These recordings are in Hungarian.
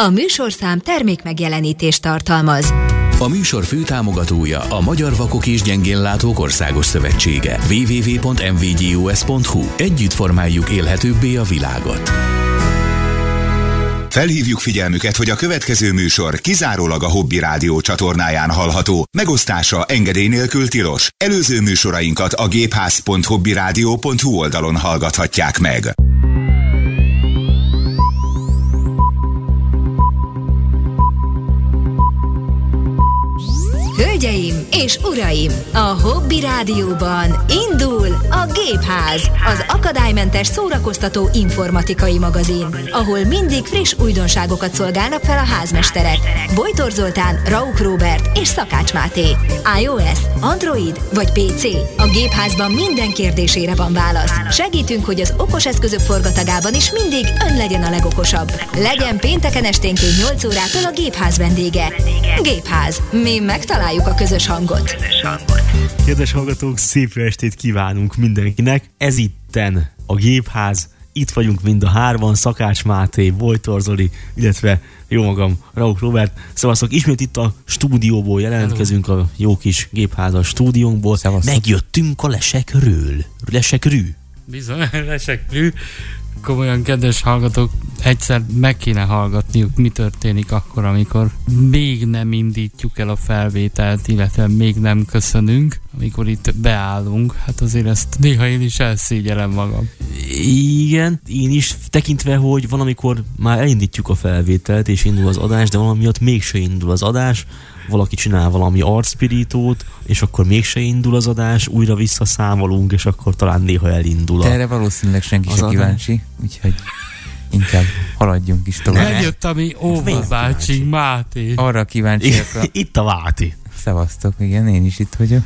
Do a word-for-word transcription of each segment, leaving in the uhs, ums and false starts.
A műsorszám termékmegjelenítést tartalmaz. A műsor főtámogatója a Magyar Vakok és Gyengénlátók Országos Szövetsége. double-u double-u double-u pont em vé gé o es pont hu. Együtt formáljuk élhetőbbé a világot. Felhívjuk figyelmüket, hogy a következő műsor kizárólag a Hobby Rádió csatornáján hallható. Megosztása engedély nélkül tilos. Előző műsorainkat a gépház pont hobbyradio pont hu oldalon hallgathatják meg. Hölgyeim és uraim, a Hobby Rádióban indul a Gépház, az akadálymentes szórakoztató informatikai magazin, ahol mindig friss újdonságokat szolgálnak fel a házmesterek. Bojtor Zoltán, Rauch Róbert és Szakács Máté. iOS, Android vagy pé cé? A Gépházban minden kérdésére van válasz. Segítünk, hogy az okos eszközök forgatagában is mindig ön legyen a legokosabb. Legyen pénteken esténként nyolc órától a Gépház vendége. Gépház. Mi megtaláljuk a közös hangot. Kedves hallgatók, szép jó estét kívánunk mindenkinek. Ez itten a Gépház. Itt vagyunk mind a hárman, Szakács Máté, Bojtor Zoli, illetve jó magam, Rauch Róbert. Szevasztok, ismét itt a stúdióból jelentkezünk, a jó kis Gépházas stúdiónkból. Szevasztok. Megjöttünk a lesekről. Lesekrű. Bizony, lesekrű. Komolyan, kedves hallgatók, egyszer meg kéne hallgatniuk, mi történik akkor, amikor még nem indítjuk el a felvételt, illetve még nem köszönünk, amikor itt beállunk. Hát azért ezt néha én is elszégyelem magam. Igen, én is, tekintve, hogy van, amikor már elindítjuk a felvételt, és indul az adás, de valami miatt mégse indul az adás, valaki csinál valami arcpirítót, és akkor mégse indul az adás, újra visszaszámolunk, és akkor talán néha elindul. De erre valószínűleg senki sem kíváncsi, úgyhogy inkább haladjunk is tovább. Megjött a mi Óva bácsink, Máté. Arra kíváncsiak a... Itt a Máté. Szevasztok, igen, én is itt vagyok.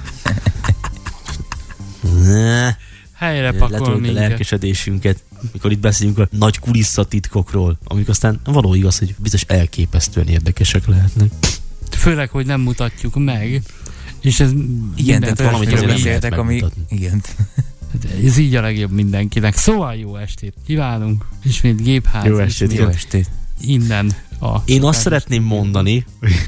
Helyre pakol Letoljuk minket. a lelkesedésünket, mikor itt beszélünk a nagy kulisszatitkokról, amik aztán való igaz, hogy biztos elképesztően érdekesek lehetnek. Főleg, hogy nem mutatjuk meg, és ez igen, tehát valamit azért beszéltek, ami... Igen. Ez így a legjobb mindenkinek. Szóval jó estét kívánunk, ismét Gépház. Jó estét, ismét jó estét. Innen a... Én azt szeretném mondani,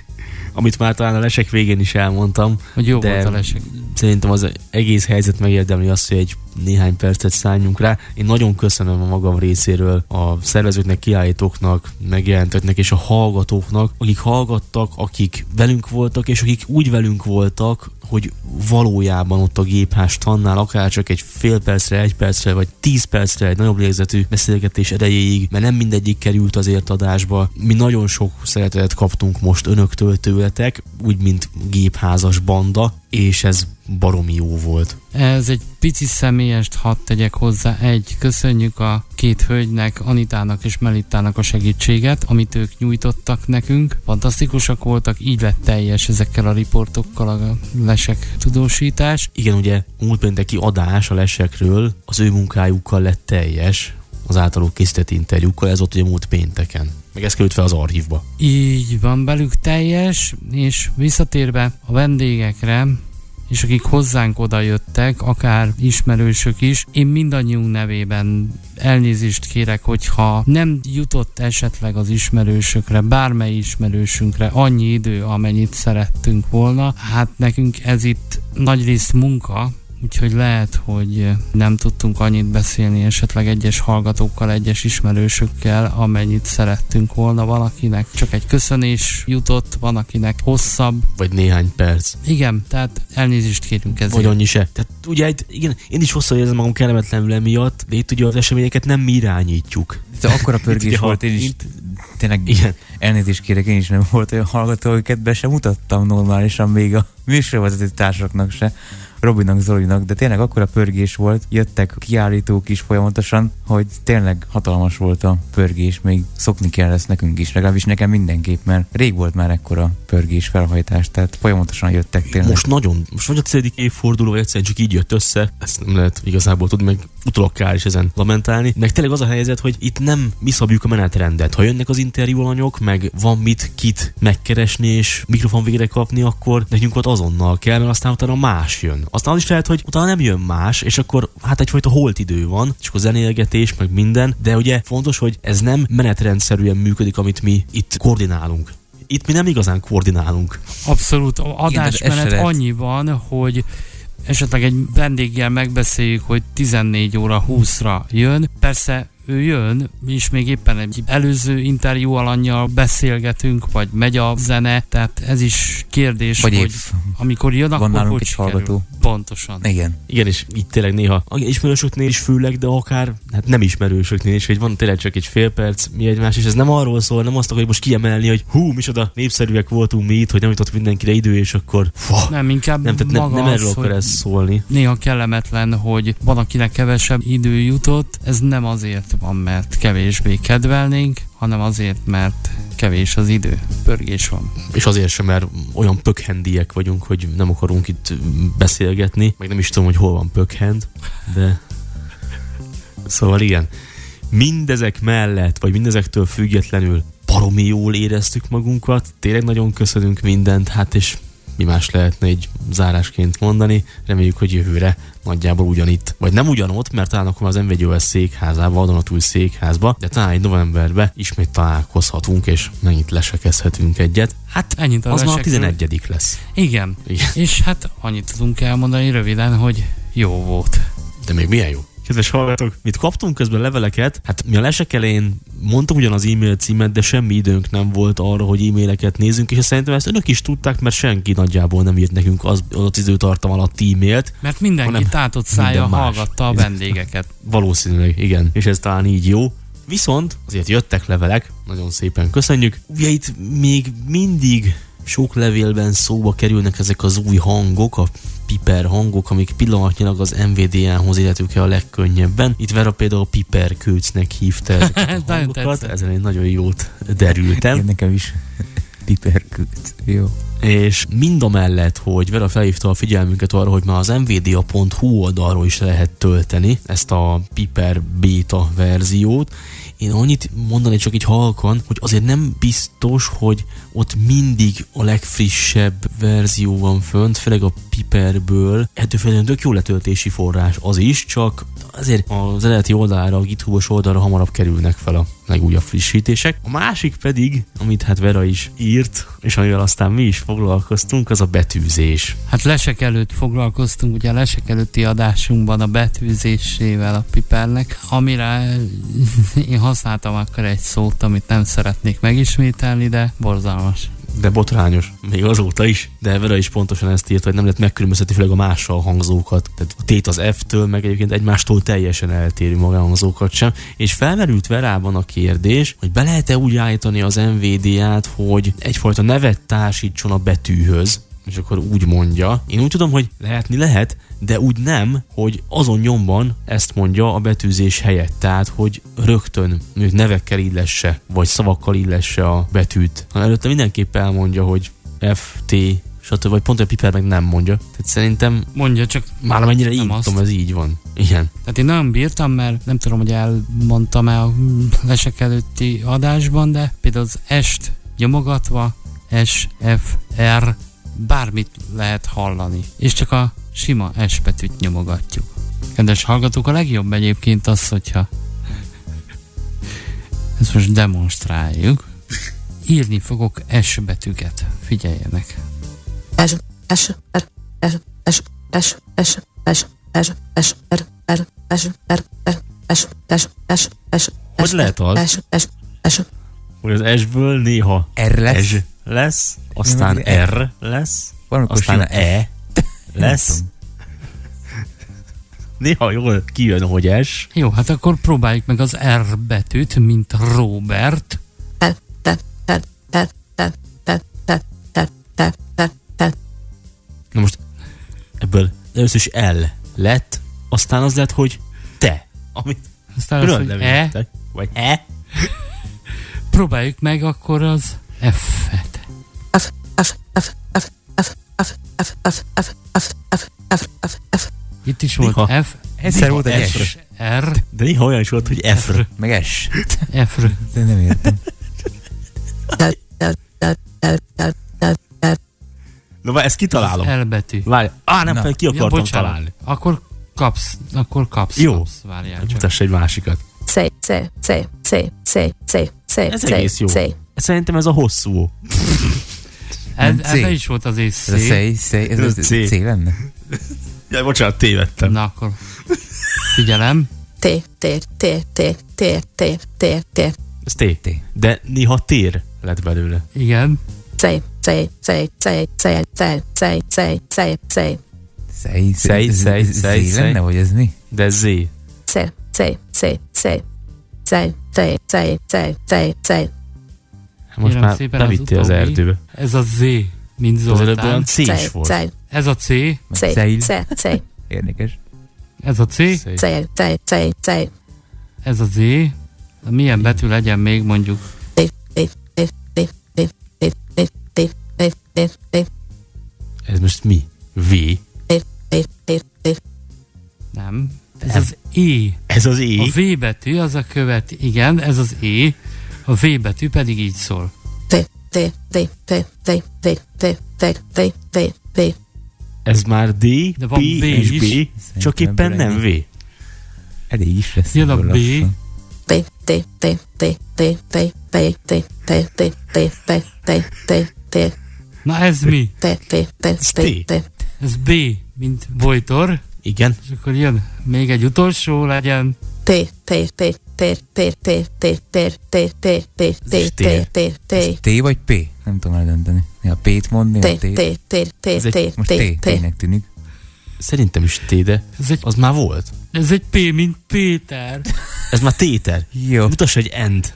amit már talán a lesek végén is elmondtam, hogy jó de volt a lesek. Szerintem az egész helyzet megérdemli azt, hogy egy néhány percet szálljunk rá. Én nagyon köszönöm a magam részéről a szervezőknek, kiállítóknak, megjelentetnek és a hallgatóknak, akik hallgattak, akik velünk voltak, és akik úgy velünk voltak, hogy valójában ott a Gépház standnál akár csak egy fél percre, egy percre, vagy tíz percre egy nagyobb lélegzetű beszélgetés erejéig, mert nem mindegyik került azért adásba. Mi nagyon sok szeretetet kaptunk most önöktől, tőletek, úgy, mint Gépházas banda, és ez baromi jó volt. Ez egy pici személyest hadd tegyek hozzá. Egy, köszönjük a két hölgynek, Anitának és Melittának a segítséget, amit ők nyújtottak nekünk. Fantasztikusak voltak, így lett teljes ezekkel a riportokkal a lesek tudósítás. Igen, ugye múlt pénteki adás a lesekről az ő munkájukkal lett teljes, az általuk készített interjúkkal, ez ott ugye múlt pénteken. Meg ez került fel az archívba. Így van, belük teljes, és visszatérve a vendégekre, és akik hozzánk oda jöttek, akár ismerősök is, én mindannyiunk nevében elnézést kérek, hogyha nem jutott esetleg az ismerősökre, bármely ismerősünkre annyi idő, amennyit szerettünk volna. Hát nekünk ez itt nagyrészt munka, úgyhogy lehet, hogy nem tudtunk annyit beszélni esetleg egyes hallgatókkal, egyes ismerősökkel, amennyit szerettünk volna. Valakinek csak egy köszönés jutott, van akinek hosszabb. Vagy néhány perc. Igen, tehát elnézést kérünk ezért. Vagy annyi se. Tehát ugye igen, én is hosszú érzem magam kellemetlenül emiatt, de itt ugye az eseményeket nem mi irányítjuk. De akkora pörgés volt, én is itt, tényleg igen. Elnézést kérek, én is nem volt olyan hallgató, akiket be sem mutattam normálisan még a műsorvezető társaknak se. Robinak, Zolinak, de tényleg akkora pörgés volt, jöttek kiállítók is folyamatosan, hogy tényleg hatalmas volt a pörgés, még szokni kell ezt nekünk is, legalábbis nekem mindenképp, mert rég volt már ekkora pörgés, felhajtás, tehát folyamatosan jöttek tényleg. Most nagyon, most vagy a tizedik évforduló, vagy egyszerűen csak így jött össze, ezt nem lehet igazából tudni, meg utólag kár is ezen lamentálni. Meg tényleg az a helyzet, hogy itt nem mi szabjuk a menetrendet. Ha jönnek az interjú alanyok, meg van mit, kit megkeresni és mikrofon végre kapni, akkor nekünk ott azonnal kell, mert aztán utána más jön. Aztán az is lehet, hogy utána nem jön más, és akkor hát egyfajta holt idő van, és akkor zenélgetés, meg minden, de ugye fontos, hogy ez nem menetrendszerűen működik, amit mi itt koordinálunk. Itt mi nem igazán koordinálunk. Abszolút. Adásmenet Igen, annyi van, hogy esetleg egy vendéggel megbeszéljük, hogy tizennégy óra húszra jön. Persze ő jön, és még éppen egy előző interjú alannyal beszélgetünk, vagy megy a zene, tehát ez is kérdés, vagy hogy épp amikor jön, van akkor nálunk hogy egy sikerül. hallgató. Pontosan. Igen. Igen, és itt tényleg néha ismerősöknél is főleg, de akár hát nem ismerősöknél is, hogy van tényleg csak egy fél perc, mi egymás, és ez nem arról szól, nem azt akarjuk most kiemelni, hogy hú, micsoda népszerűek voltunk mi itt, hogy nem jutott mindenkire idő, és akkor fua, Nem, inkább nem, tehát maga nem, nem az, erről akar hogy ez szólni. néha kellemetlen, hogy van, akinek kevesebb idő jutott, ez nem azért van, mert kevésbé kedvelnénk, hanem azért, mert kevés az idő, pörgés van. És azért sem, mert olyan pökhendiek vagyunk, hogy nem akarunk itt beszélgetni, meg nem is tudom, hogy hol van pökhend, de szóval igen. Mindezek mellett, vagy mindezektől függetlenül baromi jól éreztük magunkat, tényleg nagyon köszönünk mindent, hát és mi más lehetne egy zárásként mondani, reméljük, hogy jövőre nagyjából ugyanitt, vagy nem ugyanott, mert talán akkor az em vé gé o es székházába, vadonatúj székházba, de talán egy novemberben ismét találkozhatunk, és megint lesekezhetünk egyet. Hát ennyit az már a tizenegyedik lesz. Igen. Igen. És hát annyit tudunk elmondani röviden, hogy jó volt. De még milyen jó. Kedves hallgatók, mit kaptunk közben leveleket? Hát mi a lesek elején mondtuk ugyan az e-mail címet, de semmi időnk nem volt arra, hogy e-maileket nézzünk, és szerintem ezt önök is tudták, mert senki nagyjából nem írt nekünk az, az időtartam alatt e-mailt. Mert mindenki tátott szája hallgatta a vendégeket. Valószínűleg, igen. És ez talán így jó. Viszont azért jöttek levelek, nagyon szépen köszönjük. Ugye itt még mindig sok levélben szóba kerülnek ezek az új hangok, a piper hangok, amik pillanatnyilag az em vé dé á-hoz életük el a legkönnyebben. Itt Vera például piperkőcnek hívta ezeket a hangokat, ezen én nagyon jót derültem. Én nekem is piperkőc. Jó. És mindamellett, hogy Vera felhívta a figyelmünket arra, hogy már az em vé dé á pont hú oldalról is lehet tölteni ezt a Piper beta verziót, én annyit mondani csak így halkan, hogy azért nem biztos, hogy ott mindig a legfrissebb verzió van fönt, főleg a Piperből. Ettől félre tök jó letöltési forrás az is, csak azért az eredeti oldalára, a GitHub-os oldalra hamarabb kerülnek fel a legújabb frissítések. A másik pedig, amit hát Vera is írt, és amivel aztán mi is foglalkoztunk, az a betűzés. Hát lesek előtt foglalkoztunk, ugye a lesek előtti adásunkban a betűzésével a Pipernek, amire én használtam akkor egy szót, amit nem szeretnék megismételni, de borzalmas. De botrányos, még azóta is. De Vera is pontosan ezt írt, hogy nem lehet megkülönböztetni főleg a mással hangzókat. Tehát a tét az F-től, meg egyébként egymástól teljesen eltérő magánhangzókat sem. És felmerült Verában a kérdés, hogy be lehet-e úgy állítani az em vé dé á-t, hogy egyfajta nevet társítson a betűhöz, és akkor úgy mondja. Én úgy tudom, hogy lehetni lehet, de úgy nem, hogy azon nyomban ezt mondja a betűzés helyett. Tehát, hogy rögtön nevekkel illesse, vagy szavakkal illesse a betűt. Előtte mindenképp elmondja, hogy F, T, stb. Vagy pont a Piper meg nem mondja. Tehát szerintem mondja, csak már amennyire írtam, ez így van. Igen. Tehát én nagyon bírtam, mert nem tudom, hogy elmondtam el a lesek előtti adásban, de például az S-t nyomogatva S, F, R bármit lehet hallani. És csak a sima S betűt nyomogatjuk. Kedves hallgatók, a legjobb egyébként az, hogyha ezt most demonstráljuk. Írni fogok S betűket. Figyeljenek. S, S, R, S, S, S, S, S, S, S, R, R, S, R, R, S, S, S, S, hogy lehet az? S, S, S, hogy az S-ből néha R lesz, S lesz, aztán R lesz, valamikor aztán E lesz. Néha jól kijön, hogy S. Jó, hát akkor próbáljuk meg az R betűt, mint Robert. Na most ebből először is L lett, aztán az lett, hogy te, amit aztán az, hogy E, vagy E. Próbáljuk meg akkor az F-et. F, F, F, F, F, F, F, F, F, F, F, F, F, F. Itt is volt Néha. F. Egyszer volt egy S, R. De néha olyan is volt, hogy F-r. Meg S. F-r. De nem értem. Na, várj, ezt kitalálom. L betű. Várj, á, nem, fel, ki Ja, akartam bocsánat. találni. Akkor kapsz, akkor kapsz. Jó. Kapsz. Várjál csak. Mutass egy másikat. Say, say, say, say, say, say, say, Ez say, egész jó. say. Szerintem ez a hosszú. Ez, C. ebben is volt az ész Ez a C. szej, szej, ez Ez a C. C lenne? Ja, bocsánat, tévedtem. Na akkor figyelem. T, T, T, T, T, T, T, T. Ez T. T. De néha tér lett belőle. Igen. Say, say, say, say, say, say, say, say, say, say. Szej, Szej, szej, Z szej, szej. lenne, vagy ez mi? De Z. Say, say, say, say. Say, say, say, say, say, say. Most Kérem már szépen, bevittél az utóbbi. erdőbe. Ez a Z, mint Az előbb olyan Zoltán. C is Say, volt. say, Ez a C. say, Say. say, say, Érdekes. Ez a C. Szej. say, say, say, say. Ez a Z. Milyen betű legyen még mondjuk? Ez most mi? V. Nem. Ez az E. Ez az E. A V betű az a követ. Igen, ez az E. A V betű pedig így szól. Ez már D, De P van B és is. B, csak Szerintem éppen nem V. Elég is lesz. Jön a ebből B. lassan. Na ez mi? Ez T. Ez B, mint Vojtor. Igen. És akkor jön még egy utolsó legyen. T vagy P? Nem tudom eldönteni. Ja, P-t mondni, a T. Most T, T-nek tűnik. Szerintem is T, de Ez egy, az már volt. ez egy P, mint Péter. Ez már téter. Jó. Mutass egy end.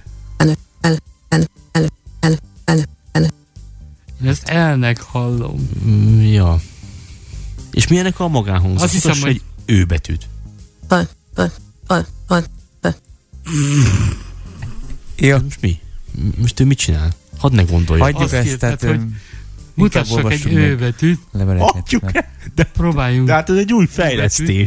Én ezt elnek hallom. Mm, ja. És milyenek a magánhangzat? Azt hiszem, Mutass hogy- egy ő betűt. Jó. Most mi? M- Most ő mit csinál? Hadd ne gondolja. Hagyjuk Azt ezt, kérted, tehát hogy öm, Mutassak egy olvassuk ő meg. betűt. leveleket. Hagyjuk mert- el. De, Próbáljunk. de hát ez egy új fejlesztés.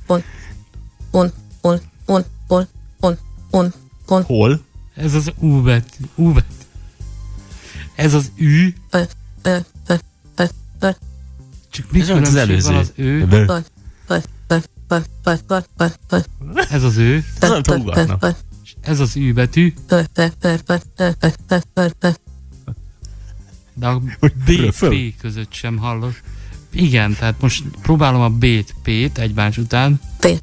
Hol? Ez az U betű. U betű. Ez az Ü. Csak mi Ez olyan, mint az különbség van előző. az ő? Bö. Ez az ő. Az nem tudom, ugatna. Ez az Ü betű. De a B, Föl. P között sem hallok. Igen, tehát most próbálom a B-t, P-t egymás után.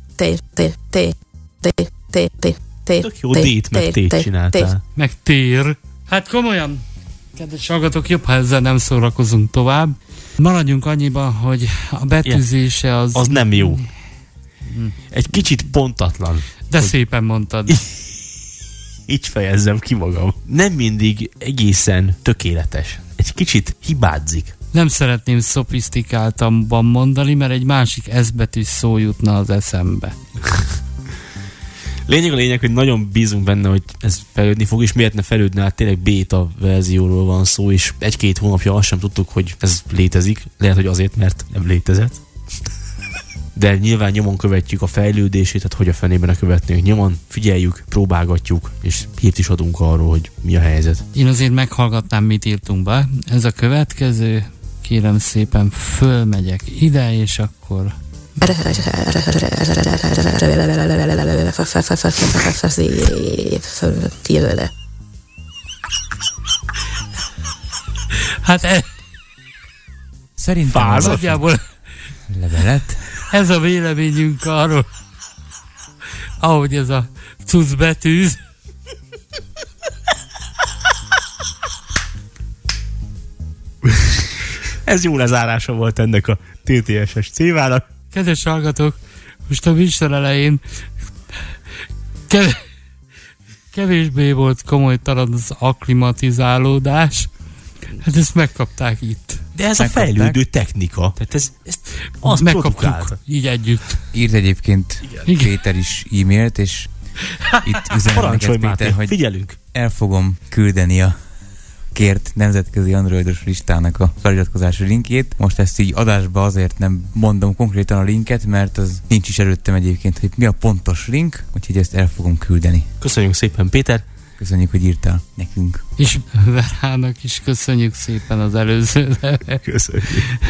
Tök jó D-t meg T-t csináltál. Meg tér. Hát komolyan, kedves hallgatók, jobb, ha ezzel nem szórakozunk tovább. Maradjunk annyiban, hogy a betűzése az... Az nem jó. Egy kicsit pontatlan. De szépen mondtad. Így fejezzem ki magam. Nem mindig egészen tökéletes. Egy kicsit hibázik. Nem szeretném szofisztikáltabban mondani, mert egy másik S betű szó jutna az eszembe. Lényeg a lényeg, hogy nagyon bízunk benne, hogy ez fejlődni fog, és miért ne fejlődne, hát tényleg béta verzióról van szó, és egy-két hónapja azt sem tudtuk, hogy ez létezik. Lehet, hogy azért, mert nem létezett. De nyilván nyomon követjük a fejlődését, tehát hogy a fenében ne követnénk nyomon, figyeljük, próbálgatjuk, és hírt is adunk arról, hogy mi a helyzet. Én azért meghallgatnám, mit írtunk be. Ez a következő. Kérem szépen, fölmegyek ide, és akkor... Hát ez, Szerintem Fázat. olvassunk nagyjából levelet. ez a véleményünk arról, ahogy ez a cucc betűz. Ez jó lezárása volt ennek a té té es-es címának. Kedves hallgatók, most a műsor elején kev- kevésbé volt komolytalan az akklimatizálódás. Hát ezt megkapták itt. De ez a Megkapták. fejlődő technika. Tehát ez, ez azt Megkaptuk produkálta. így együtt. Írt egyébként Igen. Péter is e-mailt, és itt üzenem Parancsolj, neked, Péter, Máté, hogy figyelünk. el fogom küldeni a kért nemzetközi androidos listának a feliratkozási linkjét. Most ezt így adásba azért nem mondom konkrétan a linket, mert az nincs is előttem egyébként, hogy mi a pontos link, úgyhogy ezt el fogom küldeni. Köszönjük szépen, Péter! Köszönjük, hogy írtál nekünk. És Verának is köszönjük szépen az előző Köszönjük.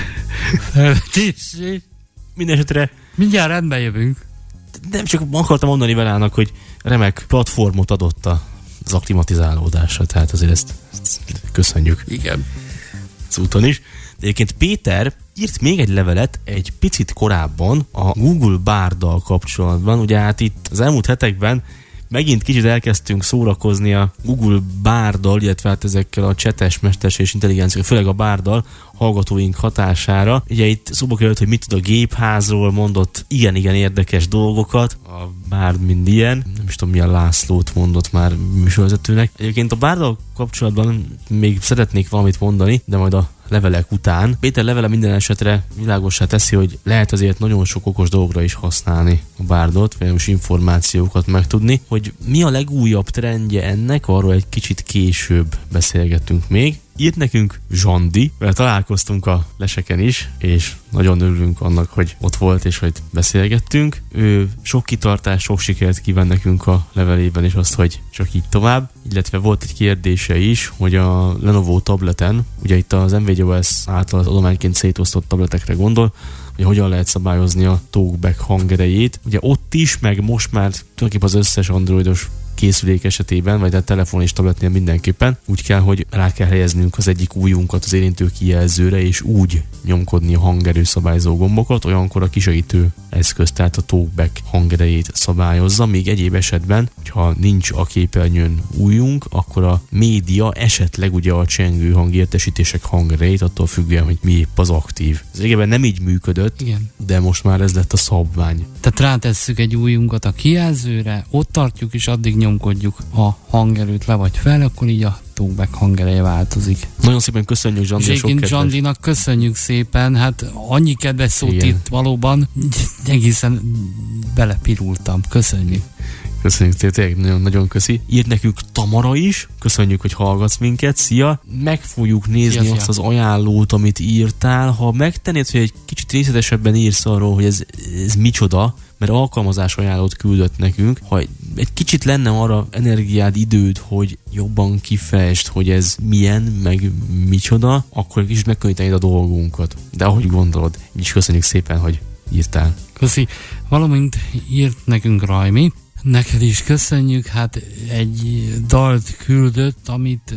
felvetését. Mindenesetre Mindjárt rendben jövünk. nem csak akartam mondani Verának, hogy remek platformot adott az aklimatizálódásra, tehát azért ezt, ezt köszönjük. Igen. Az úton is. De egyébként Péter írt még egy levelet egy picit korábban a Google Bárddal kapcsolatban. Ugye hát itt az elmúlt hetekben megint kicsit elkezdtünk szórakozni a Google Bárddal, illetve hát ezekkel a csetes, mesterséges intelligenciákkal, főleg a Bárddal hallgatóink hatására. Ugye itt szóba került, hogy mit tud a gépházról, mondott igen-igen érdekes dolgokat. A Bárd mind ilyen. Nem is tudom, milyen Lászlót mondott már műsorvezetőnek. Egyébként a Bárddal kapcsolatban még szeretnék valamit mondani, de majd a levelek után. Péter levele minden esetre világossá teszi, hogy lehet azért nagyon sok okos dolgra is használni a Bárdot, vagy most információkat megtudni. Hogy mi a legújabb trendje ennek, arról egy kicsit később beszélgetünk még. Írt nekünk Zsandi, mert találkoztunk a leseken is, és nagyon örülünk annak, hogy ott volt, és hogy beszélgettünk. Ő sok kitartás, sok sikert kíván nekünk a levelében, és azt, hogy csak így tovább. Illetve volt egy kérdése is, hogy a Lenovo tableten, ugye itt az NVIDIA-OS által az adományként szétosztott tabletekre gondol, hogy hogyan lehet szabályozni a talkback hangerejét. Ugye ott is, meg most már tulajdonképpen az összes androidos készülék esetében, vagy a telefon és tabletnél mindenképpen úgy kell, hogy rá kell helyeznünk az egyik ujjunkat az érintő kijelzőre, és úgy nyomkodni a hangerő szabályzó gombokat, olyankor a kisegítő eszköz, tehát a talkback hangerejét szabályozza, még egyéb esetben, hogyha nincs a képernyőn ujjunk, akkor a média esetleg ugye a csengő hangértesítések hangerejét, attól függően, hogy mi épp az aktív. Ez régebben nem így működött, igen, de most már ez lett a szabvány. Tehát rátesszük egy ujjunkat a kijelzőre, ott tartjuk, és addig nyomkodjuk a hangerőt le vagy fel, akkor így a talkback hangereje változik. Nagyon szépen köszönjük Zsandi, és egyébként Zsandinak köszönjük szépen, hát annyi kedves szót igen. írt valóban, egészen belepirultam. Köszönjük. Köszönjük, tényleg nagyon, nagyon köszi. Írt nekünk Tamara is, köszönjük, hogy hallgatsz minket, szia! Meg fogjuk nézni szia, azt szia. az ajánlót, amit írtál. Ha megtennéd, hogy egy kicsit részletesebben írsz arról, hogy ez, ez micsoda, mert alkalmazás ajánlót küldött nekünk, ha egy kicsit lenne arra energiád, időd, hogy jobban kifejtsd, hogy ez milyen, meg micsoda, akkor kicsit megkönnyítenéd a dolgunkat. De ahogy gondolod, így is köszönjük szépen, hogy írtál. Köszi. Valamint írt nekünk Rajmi. Neked is köszönjük, hát egy dalt küldött, amit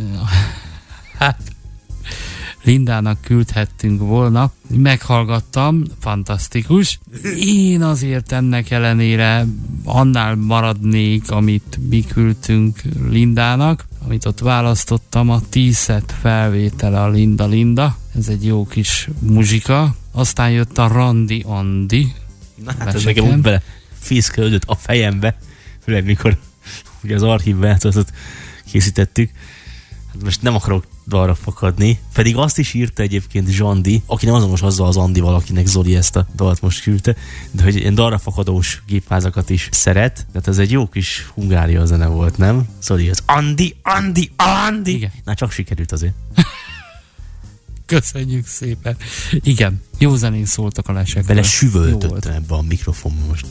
hát Lindának küldhettünk volna. Meghallgattam, fantasztikus. Én azért ennek ellenére annál maradnék, amit mi küldtünk Lindának, amit ott választottam, a tízet felvétele a Linda Linda. Ez egy jó kis muzsika. Aztán jött a Randi Andi. Na hát ez nekem úgy bele fészkelődött a fejembe, főleg mikor ugye az archív változatot készítettük. Hát most nem akarok dalra fakadni, pedig azt is írta egyébként Zsandi, aki nem azonos azzal az Andival, akinek Zoli ezt a dalt most küldte, de hogy ilyen dalra fakadós gépházakat is szeret, tehát ez egy jó kis Hungária zene volt, nem? Zoli, az Andi, Andi, Andi! Igen. Na csak sikerült azért. Köszönjük szépen. Igen, jó zenén szóltak a lesekről. Bele süvöltöttem ebbe a mikrofonba most.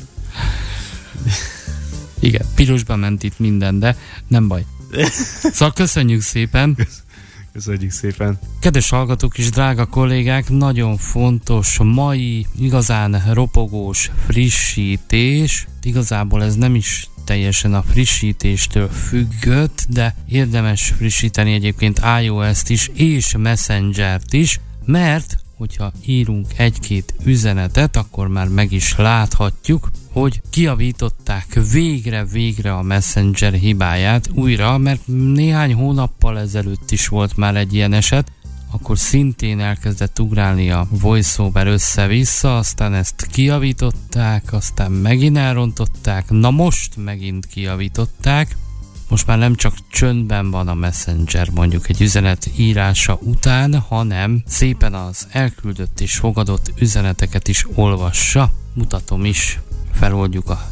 Igen, pirosba ment itt minden, de nem baj. Szóval köszönjük szépen. Köszönjük szépen. Kedves hallgatók és drága kollégák, nagyon fontos mai, igazán ropogós frissítés. Igazából ez nem is teljesen a frissítéstől függött, de érdemes frissíteni egyébként iOS-t is és Messengert is, mert hogyha írunk egy-két üzenetet, akkor már meg is láthatjuk, hogy kijavították végre-végre a Messenger hibáját újra, mert néhány hónappal ezelőtt is volt már egy ilyen eset, akkor szintén elkezdett ugrálni a VoiceOver össze-vissza, aztán ezt kijavították, aztán megint elrontották, na most megint kijavították. Most már nem csak csöndben van a Messenger mondjuk egy üzenet írása után, hanem szépen az elküldött és fogadott üzeneteket is olvassa. Mutatom is, feloldjuk a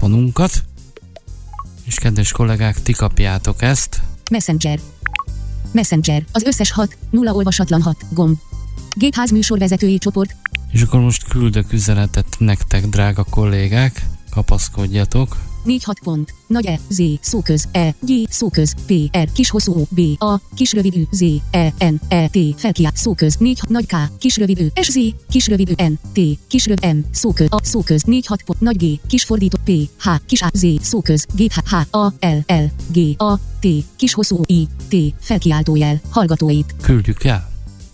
telefonunkat. És kedves kollégák, ti kapjátok ezt. Messenger. Messenger, az összes hat, nulla olvasatlan hat, gomb. Gépház műsorvezetői csoport. És akkor most küldök üzenetet nektek, drága kollégák, kapaszkodjatok. négy hat pont, nagy E, Z, szóköz, E, G, szóköz, P, R, kis hosszú O, B, A, kis rövid Ü, Z, E, N, E, T, felkiált, szóköz, négy, nagy K, kis rövid Ö, S, Z, kis rövid Ö, N, T, kis rövid M, szóköz, A, szóköz, négy hat pont, nagy G, kis fordító, P, H, kis A, Z, szóköz, G, H, H, A, L, L, G, A, T, kis hosszú I, T, felkiáltójel, hallgatóit. Küldjük el.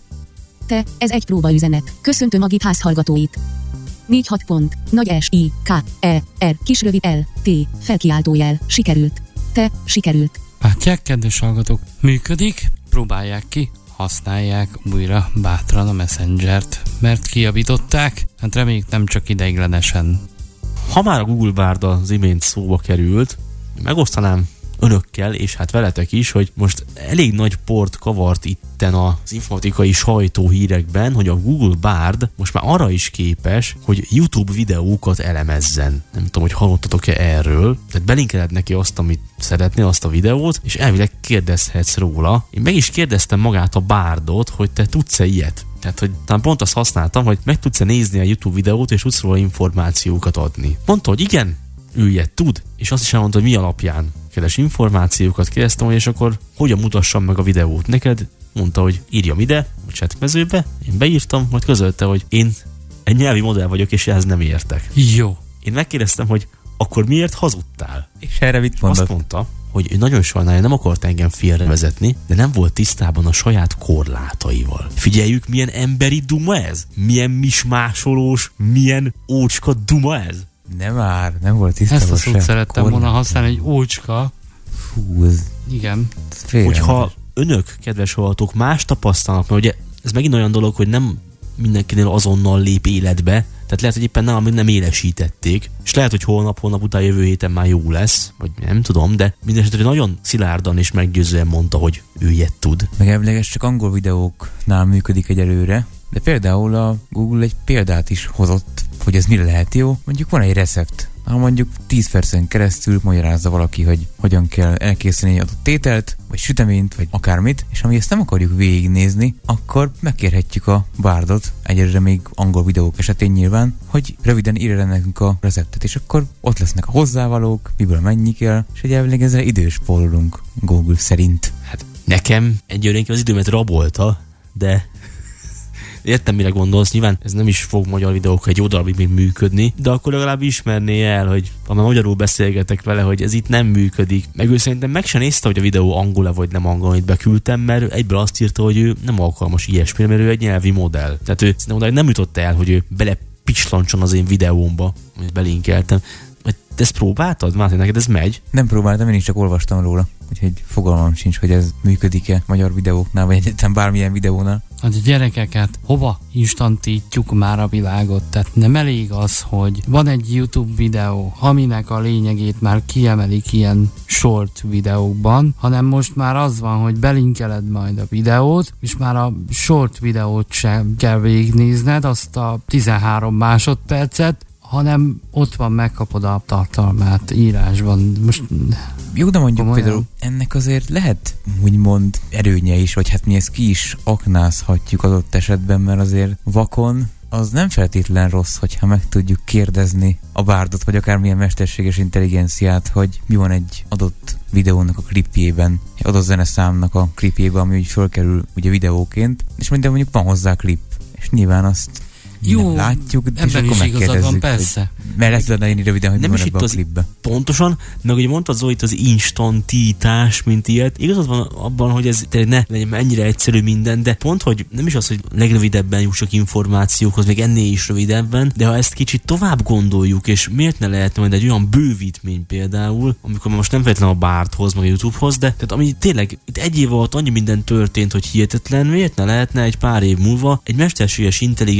Te, ez egy próbaüzenet. Köszöntöm a gépház hallgatóit. négy hat pont, nagy S, I, K, E, R, kis rövid L, T, felkiáltójel, sikerült. Te, sikerült. Látják, kedves hallgatók, működik, próbálják ki, használják újra bátran a Messengert, mert kijavították, hát reméljük nem csak ideiglenesen. Ha már a Google Bard az imént szóba került, megosztanám önökkel, és hát veletek is, hogy most elég nagy port kavart itten az informatikai sajtóhírekben, hogy a Google Bard most már arra is képes, hogy YouTube videókat elemezzen. Nem tudom, hogy hallottatok-e erről, tehát belinkeled neki azt, amit szeretnél, azt a videót, és elvileg kérdezhetsz róla. Én meg is kérdeztem magát a Bardot, hogy te tudsz-e ilyet? Tehát, hogy talán pont azt használtam, hogy meg tudsz-e nézni a YouTube videót, és tudsz róla információkat adni. Mondta, hogy igen, ő ilyet tud, és azt is elmondta, hogy mi alapján keres információkat, kérdeztem, és akkor hogyan mutassam meg a videót neked. Mondta, hogy írjam ide, a chatmezőbe, én beírtam, majd közölte, hogy én egy nyelvi modell vagyok, és ehhez nem értek. Jó. Én megkérdeztem, hogy akkor miért hazudtál? És erre mit mondott? Azt mondta, hogy ő nagyon sajnálja, nem akart engem félrevezetni, de nem volt tisztában a saját korlátaival. Figyeljük, milyen emberi duma ez? Milyen mismásolós, milyen ócska duma ez? Nem már, nem volt tisztában. Ezt a szót szerettem volna használni, egy ócska. Fú, ez... Igen. Hogyha önök, kedves hallgatók, más tapasztalnak, mert ugye ez megint olyan dolog, hogy nem mindenkinél azonnal lép életbe, tehát lehet, hogy éppen nem, nem élesítették, és lehet, hogy holnap, holnap után jövő héten már jó lesz, vagy nem tudom, de mindenesetre nagyon szilárdan és meggyőzően mondta, hogy ő ilyet tud. Meg elvileg csak angol videóknál működik egyelőre, de például a Google egy példát is hozott, hogy ez mire lehet jó. Mondjuk van egy recept, ha mondjuk tíz percen keresztül magyarázza valaki, hogy hogyan kell elkészíteni egy adott tételt, vagy süteményt, vagy akármit, és ami ezt nem akarjuk végignézni, akkor megkérhetjük a Bardot, egyelőre még angol videók esetén nyilván, hogy röviden írja nekünk a receptet, és akkor ott lesznek a hozzávalók, miből mennyi kell, és egy elvileg ezzel időspórolunk Google szerint. Hát nekem egyőre az időmet rabolta, de értem, mire gondolsz, nyilván ez nem is fog magyar videók egy jó darabig még működni, de akkor legalább ismerné el, hogy ha már magyarul beszélgetek vele, hogy ez itt nem működik. Meg ő szerintem meg sem nézte, hogy a videó angol-e vagy nem angol, amit beküldtem, mert egyből azt írta, hogy ő nem alkalmas ilyesmire, mert ő egy nyelvi modell. Tehát ő szerintem odáig nem jutott el, hogy ő bele picslancson az én videómba, amit belinkeltem. Te ezt próbáltad? Máté, neked ez megy? Nem próbáltam, én is csak olvastam róla, úgyhogy fogalmam sincs, hogy ez működik-e magyar videóknál, vagy egyáltalán bármilyen videónál. Hát a gyerekeket hova instantítjuk már a világot? Tehát nem elég az, hogy van egy YouTube videó, aminek a lényegét már kiemelik ilyen short videókban, hanem most már az van, hogy belinkeled majd a videót, és már a short videót sem kell végignézned, azt a tizenhárom másodpercet, hanem ott van, megkapod a tartalmát írásban. Most jó, de mondjuk komolyan. Például ennek azért lehet úgymond erőnye is, vagy hát mi ezt ki is aknázhatjuk adott esetben, mert azért vakon az nem feltétlen rossz, hogyha meg tudjuk kérdezni a Bardot, vagy akármilyen mesterséges intelligenciát, hogy mi van egy adott videónak a klipjében, egy adott zeneszámnak a klipjében, ami úgy fölkerül ugye videóként, és mondjuk mondjuk van hozzá klip, és nyilván azt jó, nem látjuk, és ebben akkor is igazad van, persze. Mert ezt lehetne írni röviden, hogy nem mi is van itt ebben az a klipben. Pontosan, meg ugye mondtad Zolit az instantítás, mint ilyet. Igazad van abban, hogy ez ne legyen ennyire egyszerű minden, de pont, hogy nem is az, hogy legrövidebben jussak információkhoz, még ennél is rövidebben, de ha ezt kicsit tovább gondoljuk, és miért ne lehetne majd egy olyan bővítmény például, amikor most nem feltétlenül a Bardhoz, meg a YouTubehoz, de tehát ami tényleg itt egy év alatt annyi minden történt, hogy hihetetlen, miért ne lehetne egy pár év múlva egy mesterséges intelligenciával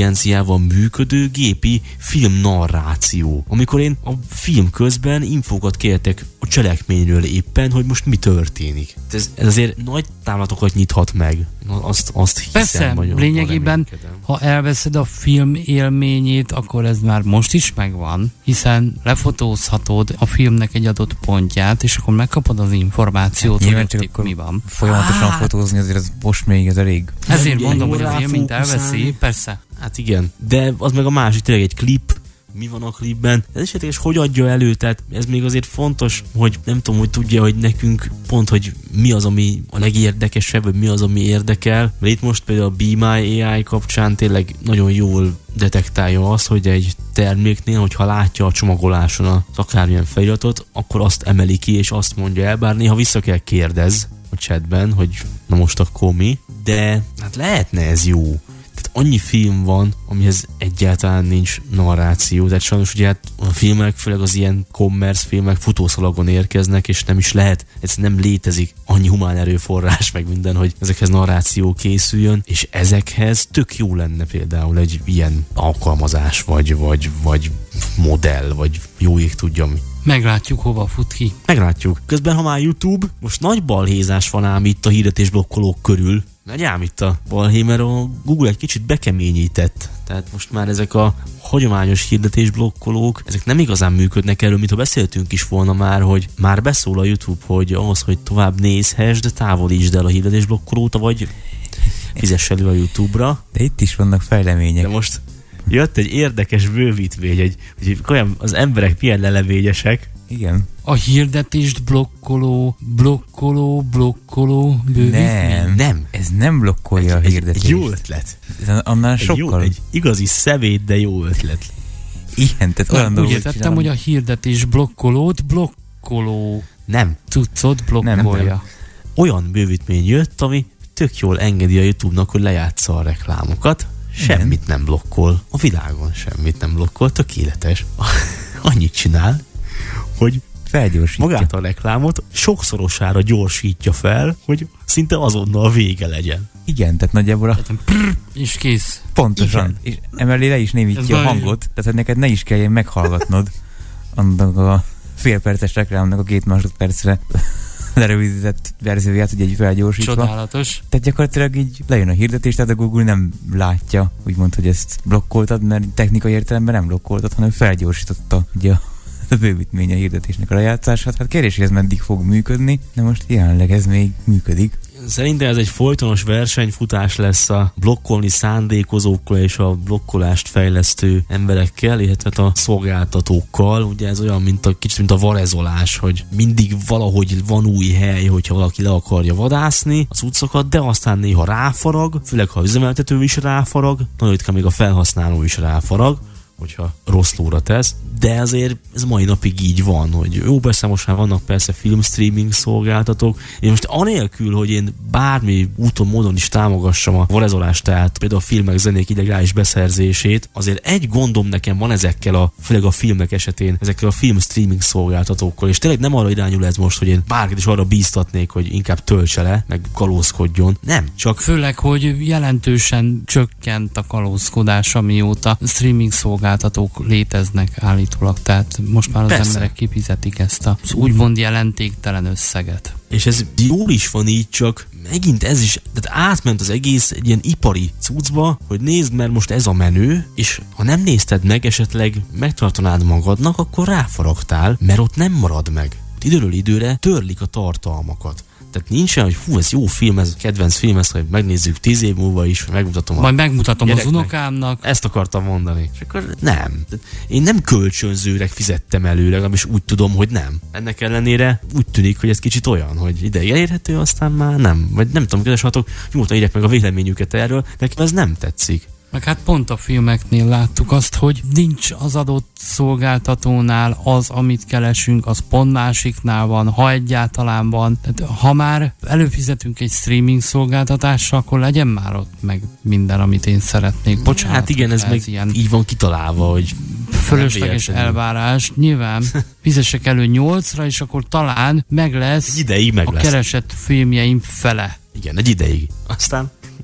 van működő gépi filmnarráció. Amikor én a film közben infókat kértek a cselekményről éppen, hogy most mi történik. Ez, ez azért nagy távlatokat nyithat meg. Azt, azt hiszem, persze, vagy lényegében, ha elveszed a film élményét, akkor ez már most is megvan, hiszen lefotózhatod a filmnek egy adott pontját, és akkor megkapod az információt, hát, hogy ott mi van. Folyamatosan ah, fotózni azért az most még ez elég. Ezért nem, mondom, hogy az élményt elveszi, persze. Hát igen, de az meg a másik, tényleg egy klip, mi van a klipben, ez esetleges hogy adja elő, tehát ez még azért fontos, hogy nem tudom, hogy tudja, hogy nekünk pont, hogy mi az, ami a legérdekesebb, vagy mi az, ami érdekel, mert itt most például a Be My á i kapcsán tényleg nagyon jól detektálja azt, hogy egy terméknél, hogyha látja a csomagoláson az akármilyen feliratot, akkor azt emeli ki, és azt mondja el, bár néha vissza kell kérdez a chatben, hogy na most akkor mi, de hát lehetne ez jó. Annyi film van, amihez egyáltalán nincs narráció, tehát sajnos ugye hát a filmek, főleg az ilyen commerce filmek futószalagon érkeznek, és nem is lehet, ez nem létezik annyi humán erőforrás, meg minden, hogy ezekhez narráció készüljön, és ezekhez tök jó lenne például egy ilyen alkalmazás, vagy, vagy, vagy modell, vagy jó ég tudja mi. Meglátjuk, hova fut ki. Meglátjuk. Közben, ha már YouTube, most nagy balhézás van ám itt a hirdetésblokkolók körül. Megy ám itt a balhé, mert a Google egy kicsit bekeményített. Tehát most már ezek a hagyományos hirdetésblokkolók, ezek nem igazán működnek erről, mintha beszéltünk is volna már, hogy már beszól a YouTube, hogy ahhoz, hogy tovább nézhess, de távolítsd el a hirdetésblokkolót, vagy fizess elő a YouTube-ra. De itt is vannak fejlemények. De most jött egy érdekes bővítmény, egy, hogy olyan az emberek milyen lelevényesek. Igen. A hirdetést blokkoló, blokkoló, blokkoló bővítmény? Nem, nem. Ez nem blokkolja egy, a hirdetést. Egy jó ötlet. Ez annál egy sokkal. Jó, egy igazi szemét, de jó ötlet. Igen, tehát olyan dolgot. Úgy értettem, hogy a hirdetés blokkolót blokkoló nem. cuccot blokkolja. Nem, nem. Olyan bővítmény jött, ami tök jól engedi a YouTube-nak, hogy lejátsza a reklámokat. Semmit nem blokkol. A világon semmit nem blokkol. Tökéletes. Annyit csinál, hogy felgyorsítja magát a reklámot sokszorosára gyorsítja fel, hogy szinte azonnal vége legyen. Igen, tehát nagyjából a... és kész. Pontosan. Igen. És emellé le is némítja a hangot, tehát hogy neked ne is kelljen meghallgatnod annak a félperces reklámnak a két másodpercre lerövidített verzióját, ugye egy felgyorsítva. Csodálatos. Tehát gyakorlatilag így lejön a hirdetés, tehát a Google nem látja, úgymond, hogy ezt blokkoltad, mert technikai értelemben nem blokkoltad, hanem felgyorsította ugye a bővítmény a hirdetésnek a lejátszását. Hát kérdés, hogy ez meddig fog működni, de most jelenleg ez még működik. Szerintem ez egy folytonos versenyfutás lesz a blokkolni szándékozókkal és a blokkolást fejlesztő emberekkel, illetve a szolgáltatókkal. Ugye ez olyan, mint a kicsit mint a varezolás, hogy mindig valahogy van új hely, hogyha valaki le akarja vadászni az utcokat, de aztán néha ráfarag, főleg ha az üzemeltető is ráfarag, nagyon ritkán még a felhasználó is ráfarag, hogyha rossz lóra tesz, de azért ez mai napig így van, hogy jó, persze most már vannak persze filmstreaming szolgáltatók, én most anélkül, hogy én bármi úton, módon is támogassam a varezolást, tehát például a filmek, zenék illegális beszerzését, azért egy gondom nekem van ezekkel a, főleg a filmek esetén, ezekkel a filmstreaming szolgáltatókkal, és tényleg nem arra irányul ez most, hogy én bárkit is arra bíztatnék, hogy inkább töltse le, meg kalózkodjon, nem, csak... Főleg, hogy jelentősen csökkent a kalózkodás, amióta streaming szolgáltatók léteznek állítólag, tehát most már az Persze. emberek kifizetik ezt az úgymond jelentéktelen összeget. És ez jól is van így, csak megint ez is, tehát átment az egész egy ilyen ipari cuccba, hogy nézd, mert most ez a menő, és ha nem nézted meg, esetleg megtartanád magadnak, akkor ráfaragtál, mert ott nem marad meg. Időről időre törlik a tartalmakat. Tehát nincsen, hogy hú, ez jó film, ez kedvenc film, ezt hogy megnézzük tíz év múlva is, megmutatom Majd megmutatom az unokámnak. Ezt akartam mondani. És akkor nem. Én nem kölcsönzőre fizettem elő, legalábbis úgy tudom, hogy nem. Ennek ellenére úgy tűnik, hogy ez kicsit olyan, hogy ideig elérhető, aztán már nem. Vagy nem tudom, kedves hatók, nyugodtan írják meg a véleményüket erről, nekem ez nem tetszik. Meg hát pont a filmeknél láttuk azt, hogy nincs az adott szolgáltatónál az, amit keresünk, az pont másiknál van, ha egyáltalán van. Tehát ha már előfizetünk egy streaming szolgáltatásra, akkor legyen már ott meg minden, amit én szeretnék. Bocsánat. Hát igen, ez, ez meg ilyen így van kitalálva, hogy fölösleges elvárás. Nyilván fizessek elő nyolcra, és akkor talán meg lesz egy ideig meg a lesz. keresett filmjeim fele. Igen, egy ideig. Aztán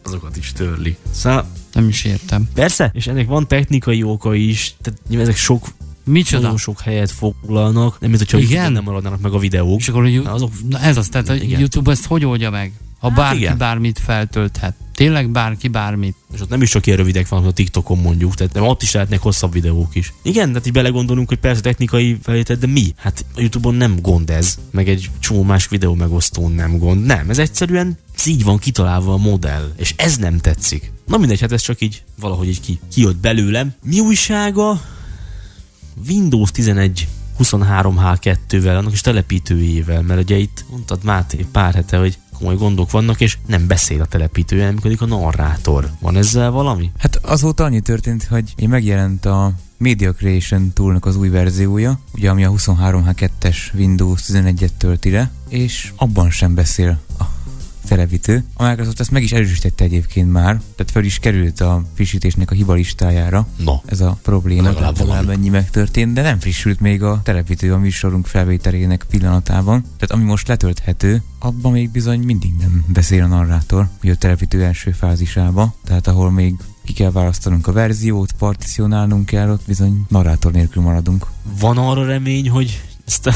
azokat is törli. Szóval nem is értem. Persze, és ennek van technikai oka is, tehát nyilván ezek sok Micsoda? Nagyon sok helyet foglalnak, nem mint hogyha YouTube-on nem maradnának meg a videók. És akkor a YouTube, azok... Na ez az, tehát a igen. YouTube ezt hogy oldja meg? Ha hát bárki igen. bármit feltölthet. Tényleg bárki bármit. És ott nem is csak ilyen rövidek van, a TikTokon mondjuk, tehát nem, ott is lehetnek hosszabb videók is. Igen, tehát így belegondolunk, hogy persze technikai felvétel, de mi? Hát a YouTube-on nem gond ez, meg egy csomó más videó megosztón nem gond. Nem, ez egyszerűen így van kitalálva a modell, és ez nem tetszik. Na mindegy, hát ez csak így valahogy így ki, kijött belőlem. Mi újsága? Windows tizenegy huszonhárom há kettővel, annak is telepítőjével, mert ugye itt mondtad Máté pár hete, hogy komoly gondok vannak, és nem beszél a telepítő, nem működik a narrátor. Van ezzel valami? Hát azóta annyi történt, hogy megjelent a Media Creation Toolnak az új verziója, ugye ami a huszonhárom há kettes Windows tizenegyet tölti le, és abban sem beszél a telepítő. A Microsoft ezt meg is erősítette egyébként már, tehát fel is került a frissítésnek a hibalistájára. No. Ez a probléma, legalább ennyi megtörtént, de nem frissült még a telepítő a műsorunk felvételének pillanatában. Tehát ami most letölthető, abban még bizony mindig nem beszél a narrátor, ugye a telepítő első fázisába, tehát ahol még ki kell választanunk a verziót, particionálnunk kell, ott bizony narrátor nélkül maradunk. Van arra remény, hogy ezt a,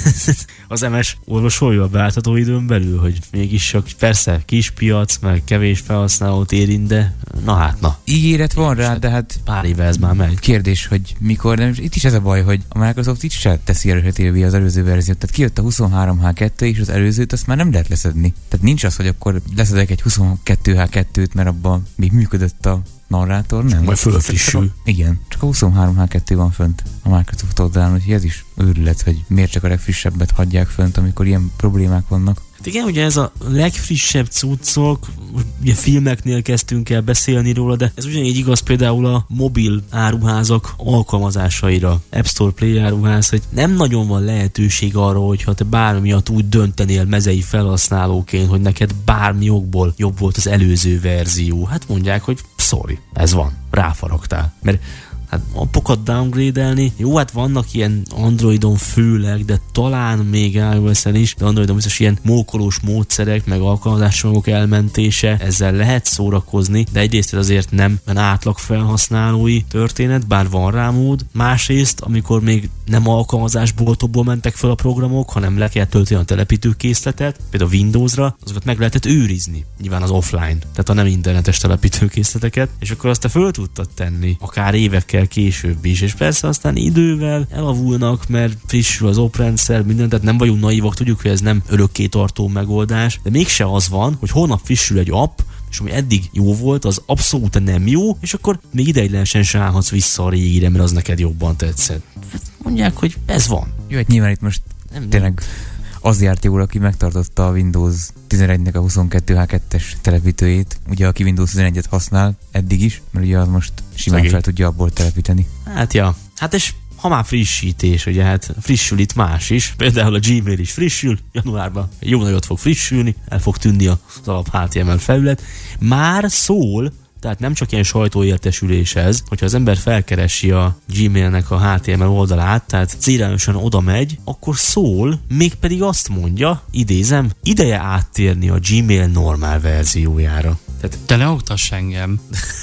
az em es orvosolja a beálltató időn belül, hogy mégis csak persze kis piac, meg kevés felhasználót érint, de na hát na. Ígéret van rá, de hát pár éve ez már megy. Kérdés, hogy mikor, nem, itt is ez a baj, hogy a Microsoft itt se teszi erősítélvé az előző verziót, tehát kijött a huszonhárom há kettő, és az előzőt azt már nem lehet leszedni. Tehát nincs az, hogy akkor leszedek egy huszonkettő há kettőt, mert abban még működött a narrátor, nem? Majd fölfrissül. Igen, csak a huszonhárom há kettő van fönt a Microsoft oldalán, úgyhogy ez is őrület, hogy miért csak a legfrissebbet hagyják fönt, amikor ilyen problémák vannak. Hát igen, ugye ez a legfrissebb cuccok, ugye filmeknél kezdtünk el beszélni róla, de ez ugyanígy igaz például a mobil áruházak alkalmazásaira. App Store Play áruház, hogy nem nagyon van lehetőség arra, hogyha te bármi miatt úgy döntenél mezei felhasználóként, hogy neked bármi okból jobb volt az előző verzió. Hát mondják, hogy sorry, ez van, ráfaragtál. Mert hát appokat downgrade-elni, jó, hát vannak ilyen Androidon főleg, de talán még iOS-en is, de Androidon biztos ilyen mókolós módszerek, meg alkalmazáscsomagok elmentése, ezzel lehet szórakozni, de egyrészt ez azért nem átlag felhasználói történet, bár van rá mód, másrészt, amikor még nem alkalmazásboltokból mentek fel a programok, hanem le kell tölteni a telepítőkészletet, például Windowsra, azokat meg lehetett őrizni, nyilván az offline, tehát a nem internetes telepítőkészleteket, és akkor azt te föl tudtad tenni, akár évekkel később is, és persze aztán idővel elavulnak, mert frissül az oprendszer, minden, tehát nem vagyunk naívak, tudjuk, hogy ez nem örökké tartó megoldás, de mégse az van, hogy holnap frissül egy app, és ami eddig jó volt, az abszolút nem jó, és akkor még ideiglenesen se állhatsz vissza a régire, mert az neked jobban tetszett. Mondják, hogy ez van. Jó, hát nyilván itt most nem, tényleg nem. Az járt jól, aki megtartotta a Windows tizenegynek a huszonkettő há kettes telepítőjét, ugye aki Windows tizenegyet használ eddig is, mert ugye az most simán Szegény. fel tudja abból telepíteni. Hát ja, hát és ha már frissítés, ugye hát frissül itt más is, például a Gmail is frissül, januárban jó nagyot fog frissülni, el fog tűnni az alap há té em el felület, már szól, tehát nem csak ilyen sajtóértesülés ez, hogyha az ember felkeresi a Gmailnek a há té em el oldalát, tehát célirányosan oda megy, akkor szól, mégpedig azt mondja, idézem, ideje áttérni a Gmail normál verziójára. Tehát, te ne oktass engem.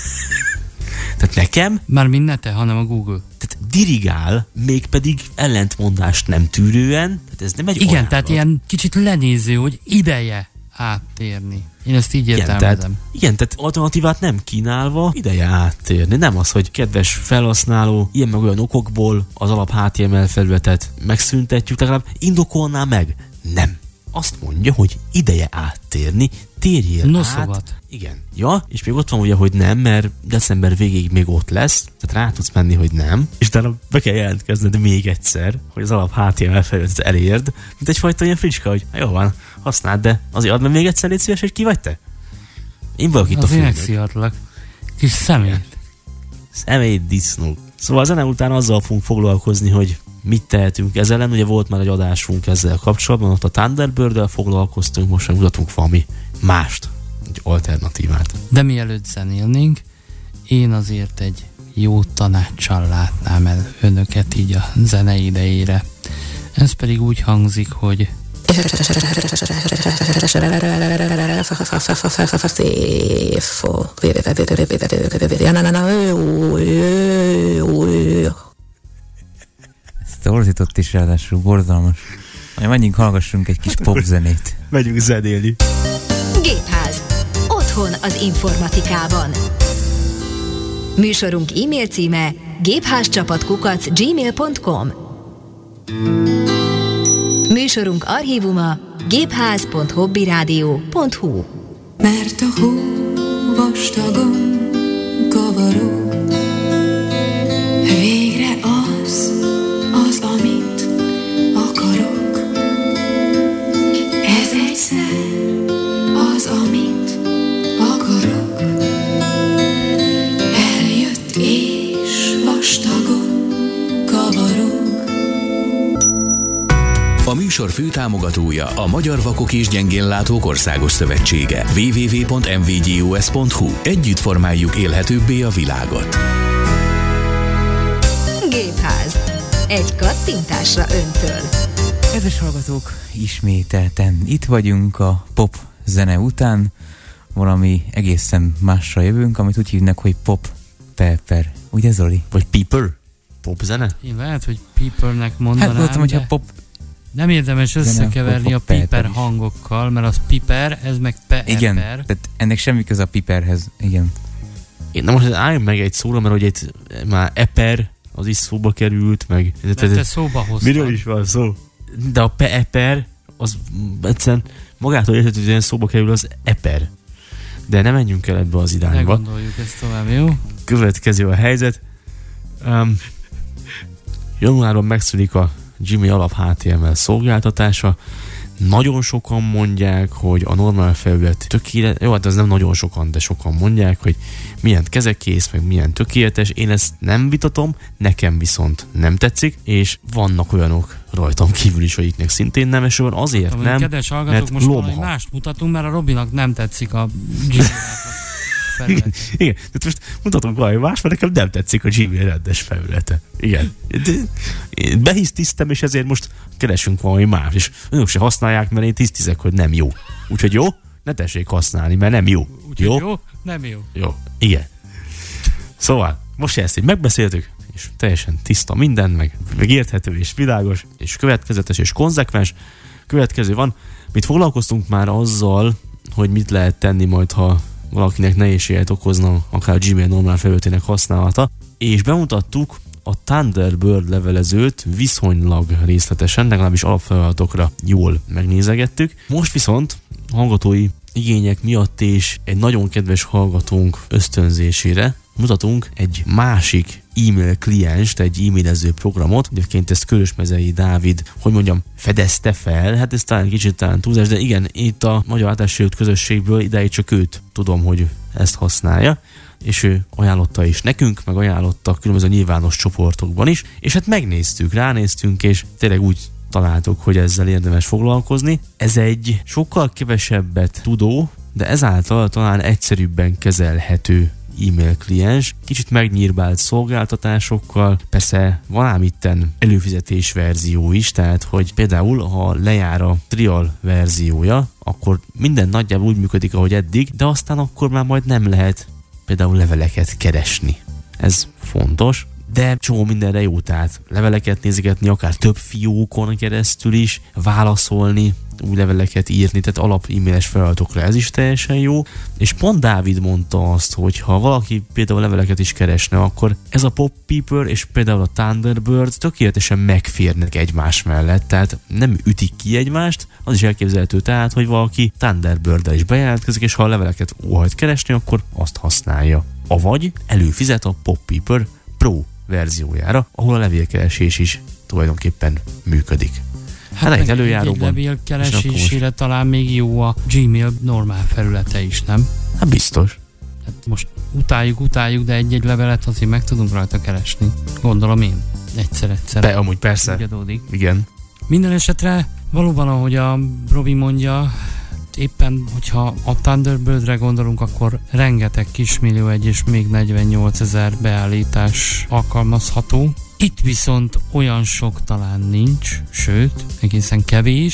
Tehát nekem? Már ne te, hanem a Google. Tehát dirigál, mégpedig ellentmondást nem tűrően, tehát ez nem egy igen, ajánlat. Tehát ilyen kicsit lenéző, hogy ideje áttérni. Én ezt így értelmezem. Igen, tehát, igen, tehát alternatívát nem kínálva, ideje áttérni. Nem az, hogy kedves felhasználó, ilyen meg olyan okokból az alap há té em el felületet megszüntetjük, legalább indokolná meg. Nem. Azt mondja, hogy ideje áttérni, térjél no át. Szabad. Igen. Ja, és még ott van ugye, hogy nem, mert december végéig még ott lesz, tehát rá tudsz menni, hogy nem, és utána be kell jelentkezned még egyszer, hogy az alap há té em el felületet elérd, mint egyfajta ilyen fricska, hogy jó van, használd, de azért add meg még egyszer, légy szíves, hogy ki vagy te? Én vagyok itt a főnök. Az megszívatlak. Kis szemét. Szemét disznó. Szóval a zene után azzal fogunk foglalkozni, hogy mit tehetünk ezzel ellen. Ugye volt már egy adásunk ezzel kapcsolatban, ott a Thunderbird-del foglalkoztunk, most mutatunk valami mást, egy alternatívát. De mielőtt zenélnénk, én azért egy jó tanáccsal látnám el önöket így a zene idejére. Ez pedig úgy hangzik, hogy Ez torzított is ráadásul borzalmas. Majd menjünk, hallgassunk egy kis popzenét. Megyünk zenélni. Gépház. Otthon az informatikában. Műsorunk e-mail címe gépházcsapatkukac gmail pont com. Műsorunk archívuma gépház pont hobbyradio pont hu. Mert a hó vastagon kavarog, végre az, az, amit akarok. Ez egyszer az, amit akarok. Eljött és vastagon kavarog. A műsor főtámogatója a Magyar Vakok és Gyengénlátók Országos Szövetsége. double-u double-u double-u pont em vé gé u es pont hu. Együtt formáljuk élhetőbbé a világot. Gépház. Egy kattintásra öntől. Kedves hallgatók, ismételten itt vagyunk a pop zene után. Valami egészen másra jövünk, amit úgy hívnak, hogy pop pepper. Ugye, Zoli? Vagy piper? Pop zene? Én lehet, hogy pipernek mondanám, Hát mondtam, hogyha pop... nem érdemes összekeverni a piper hangokkal, mert az piper, ez meg pepper. Igen, tehát ennek semmi köze a piperhez. Igen. Én, na most álljunk meg egy szóra, mert hogy itt már eper, az is szóba került, meg... De te szóba hoztad. Miről is van szó? De a eper, az egyszerűen magától értetődően szóba kerül az eper. De nem menjünk el ebbe az irányba. Ne gondoljuk ezt tovább, jó? Következő a helyzet. Um, januárban megszűnik a Gmail alap há té em el szolgáltatása. Nagyon sokan mondják, hogy a normál felület tökéletes. Jó, hát ez nem nagyon sokan, de sokan mondják, hogy milyen kezekész, meg milyen tökéletes. Én ezt nem vitatom, nekem viszont nem tetszik, és vannak olyanok rajtam kívül is, akiknek szintén nem eső van, azért Tudom, nem, kedves hallgatók, most valami mást mutatunk, mert a Robinak nem tetszik a Gmail igen, igen, de most mutatunk valami más, mert nekem nem tetszik a Gmail rendes felülete. Igen. Behisztiztem, és ezért most keresünk valami más, és önök se használják, mert én tisztizek, hogy nem jó. Úgyhogy jó, ne tessék használni, mert nem jó. Úgyhogy jó? jó? Nem jó. Jó, igen. Szóval, most ezt így megbeszéltük, és teljesen tiszta minden, meg, meg érthető és világos, és következetes és konzekvens. Következő van, mit foglalkoztunk már azzal, hogy mit lehet tenni majd, ha valakinek nehézséget okozna akár a Gmail normál felületének használata, és bemutattuk a Thunderbird levelezőt viszonylag részletesen, legalábbis alapfeladatokra jól megnézegettük. Most viszont hallgatói igények miatt és egy nagyon kedves hallgatónk ösztönzésére mutatunk egy másik e-mail klienst, egy e-mailező programot. Egyébként ezt Körösmezei Dávid, hogy mondjam, fedezte fel, hát ez talán kicsit talán túlzás, de igen, itt a Magyar Átássérült Közösségből idáig csak őt tudom, hogy ezt használja, és ő ajánlotta is nekünk, meg ajánlotta különböző nyilvános csoportokban is, és hát megnéztük, ránéztünk, és tényleg úgy találtuk, hogy ezzel érdemes foglalkozni. Ez egy sokkal kevesebbet tudó, de ezáltal talán egyszerűbben kezelhető e-mail kliens, kicsit megnyírbált szolgáltatásokkal, persze van ám itten előfizetés verzió is, tehát hogy például ha lejár a trial verziója, akkor minden nagyjából úgy működik, ahogy eddig, de aztán akkor már majd nem lehet például leveleket keresni. Ez fontos, de csomó mindenre jó, tehát leveleket nézegetni, akár több fiókon keresztül is, válaszolni, új leveleket írni, tehát alap e-mailes feladatokra ez is teljesen jó, és pont Dávid mondta azt, hogy ha valaki például leveleket is keresne, akkor ez a Pop Piper és például a Thunderbird tökéletesen megférnek egymás mellett, tehát nem ütik ki egymást, az is elképzelhető tehát, hogy valaki Thunderbird-del is bejelentkezik, és ha a leveleket óhajt keresni, akkor azt használja. Avagy előfizet a Pop Piper Pro verziójára, ahol a levélkeresés is tulajdonképpen működik. Hát, hát egy előjáróban. Egy levélkeresésére talán még jó a Gmail normál felülete is, nem? Hát biztos. Hát most utáljuk, utáljuk, de egy-egy levelet azért meg tudunk rajta keresni. Gondolom én. Egyszer-egyszer. De amúgy persze. Igen. Minden esetre valóban, ahogy a Robi mondja, éppen, hogyha a Thunderbirdre gondolunk, akkor rengeteg kismillió egy és még negyvennyolcezer beállítás alkalmazható. Itt viszont olyan sok talán nincs, sőt, egészen kevés,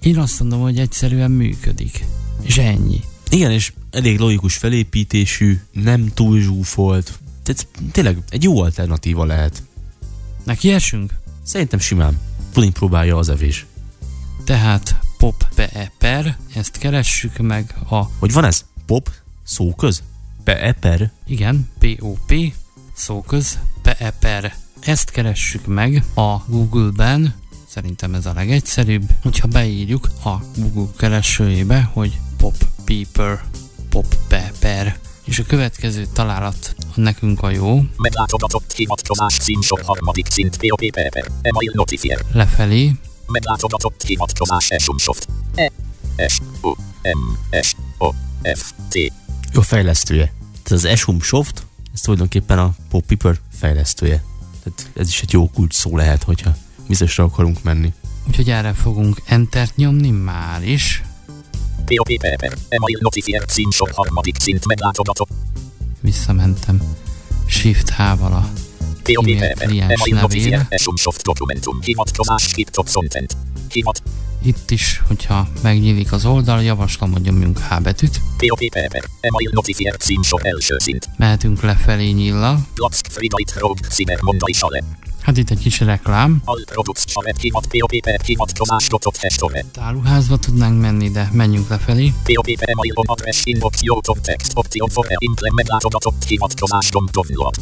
Én azt mondom, hogy egyszerűen működik. És ennyi. Igen, és elég logikus felépítésű, nem túl zsúfolt. Tehát tényleg egy jó alternatíva lehet. Neki esünk? Szerintem simán. Puding próbálja az evés. Tehát Pop Pepper, ezt keressük meg a... Hogy van ez? Pop? Szóköz? Pepper? Igen, P-O-P, szóköz, Pepper. Ezt keressük meg a Google-ben, szerintem ez a legegyszerűbb, hogyha beírjuk a Google keresőjébe, hogy Pop Pepper, Pop Pepper. És a következő találat nekünk a jó. Meglátogatott hivatkozás címsor harmadik szint P O P Pepper, email notifier. Lefelé. Meglátogatott hivatkozás Esumsoft. E S U M S O F T. Ő a fejlesztője. Tehát az Esumsoft, ez tulajdonképpen a Pop Pepper fejlesztője. Tehát ez is egy jó kulcs szó lehet, hogyha biztosra akarunk menni. Úgyhogy erre fogunk Entert nyomni már is. P O P Pepper, email notifier címsor harmadik szint meglátogatott. Visszamentem Shift-H-val a P O P e-mail kliens nevére. Esumsoft dokumentum, hivatkozás skip content. Hivat. Itt is, hogyha megnyílik az oldal, javaslom, hogy nyomjunk H betűt. P O P Pepper, email notifier címsor első szint. Mehetünk lefelé nyíllal. Glask Friedrich Rogue Cyber Mondai Sale. Hát itt egy kis reklám. All products Sale hivat P O P Pepper hivatkozás dotot hestore. Áruházba tudnánk menni, de menjünk lefelé. P O P Pepper email on address inbox your text option for implement látogatott hivatkozás download.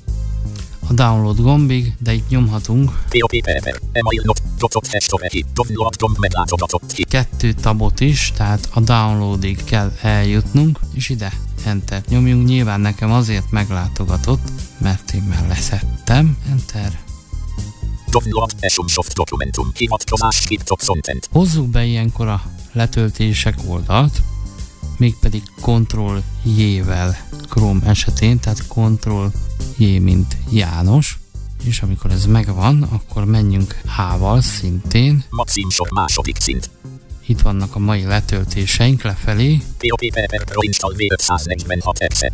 A download gombig, de itt nyomhatunk. P O P Pepper, email not, dotot hestore hi, download gomb meglátogatott hi. Kettő tabot is, tehát a downloadig kell eljutnunk, és ide Enter nyomjunk. Nyilván nekem azért meglátogatott, mert én már leszettem. Enter. Download Esumsoft dokumentum, hivatkozás skip content. Hozzuk be ilyenkor a letöltések oldalt, mégpedig Ctrl-J-vel Chrome esetén, tehát Ctrl-J mint János, és amikor ez megvan, akkor menjünk H-val szintén. Maximsor második szint. Itt vannak a mai letöltéseink lefelé. P O P Pepper Pro Install V ötszáznegyvenhat exe.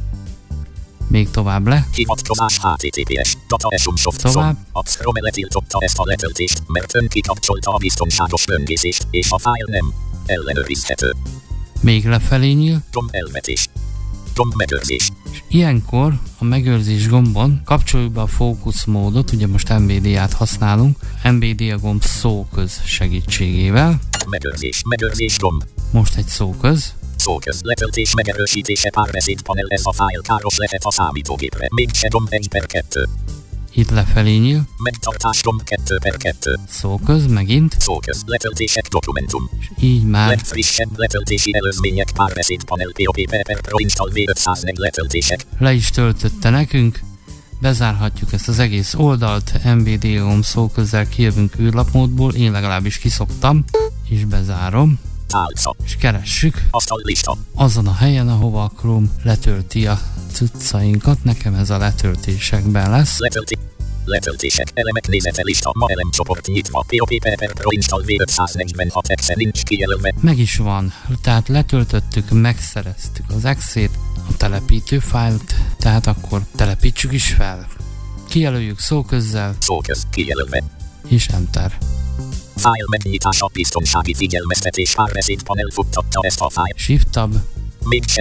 Még tovább le. Hivatkozás H T T P S. Data Esumsoft. Tovább. A Chrome letiltotta ezt a letöltést, mert ön kikapcsolta a biztonságos böngészést, és a fájl nem ellenőrizhető. Még lefelé nyíl. Gomb elvetés. Gomb megőrzés. És ilyenkor a megőrzés gombon kapcsoljuk be a fókusz módot, ugye most M B D-át használunk, M B D a gomb szóköz segítségével. Megőrzés, megőrzés gomb. Most egy szóköz. Szóköz, letöltés megerősítése párbeszéd panel, ez a fájl káros lehet a számítógépre, mégse gomb egy per kettő. Itt lefelé nyíl. Megtartás gomb kettő per kettő. Szóköz megint. Szóköz, letöltések dokumentum. És így már. Legfrissebb letöltési előzmények párbeszéd panel P O P Pepper Pro Install V ötszáznegy letöltések. Le is töltötte nekünk. Bezárhatjuk ezt az egész oldalt, M B D gomb szóközzel kijövünk űrlapmódból, én legalábbis kiszoktam, és bezárom. Álca. És keressük Asztallista. azon a helyen, ahova a Chrome letölti a cuccainkat. Nekem ez a letöltésekben lesz. Letölti. Letöltések, elemek nézete lista, ma elemcsoport nyitva, P O P Pepper Pro Install V ötszáznegyvenhat exe nincs kijelölve. Meg is van, tehát letöltöttük, megszereztük az exét, a telepítő fájlt, tehát akkor telepítsük is fel. Kijelöljük szóközzel. Szóköz, kijelölve. És Enter. Fájl megnyitása, biztonsági figyelmeztetés, párbeszéd panel futtatta ezt a fájl. Shift Tab. Mégsem.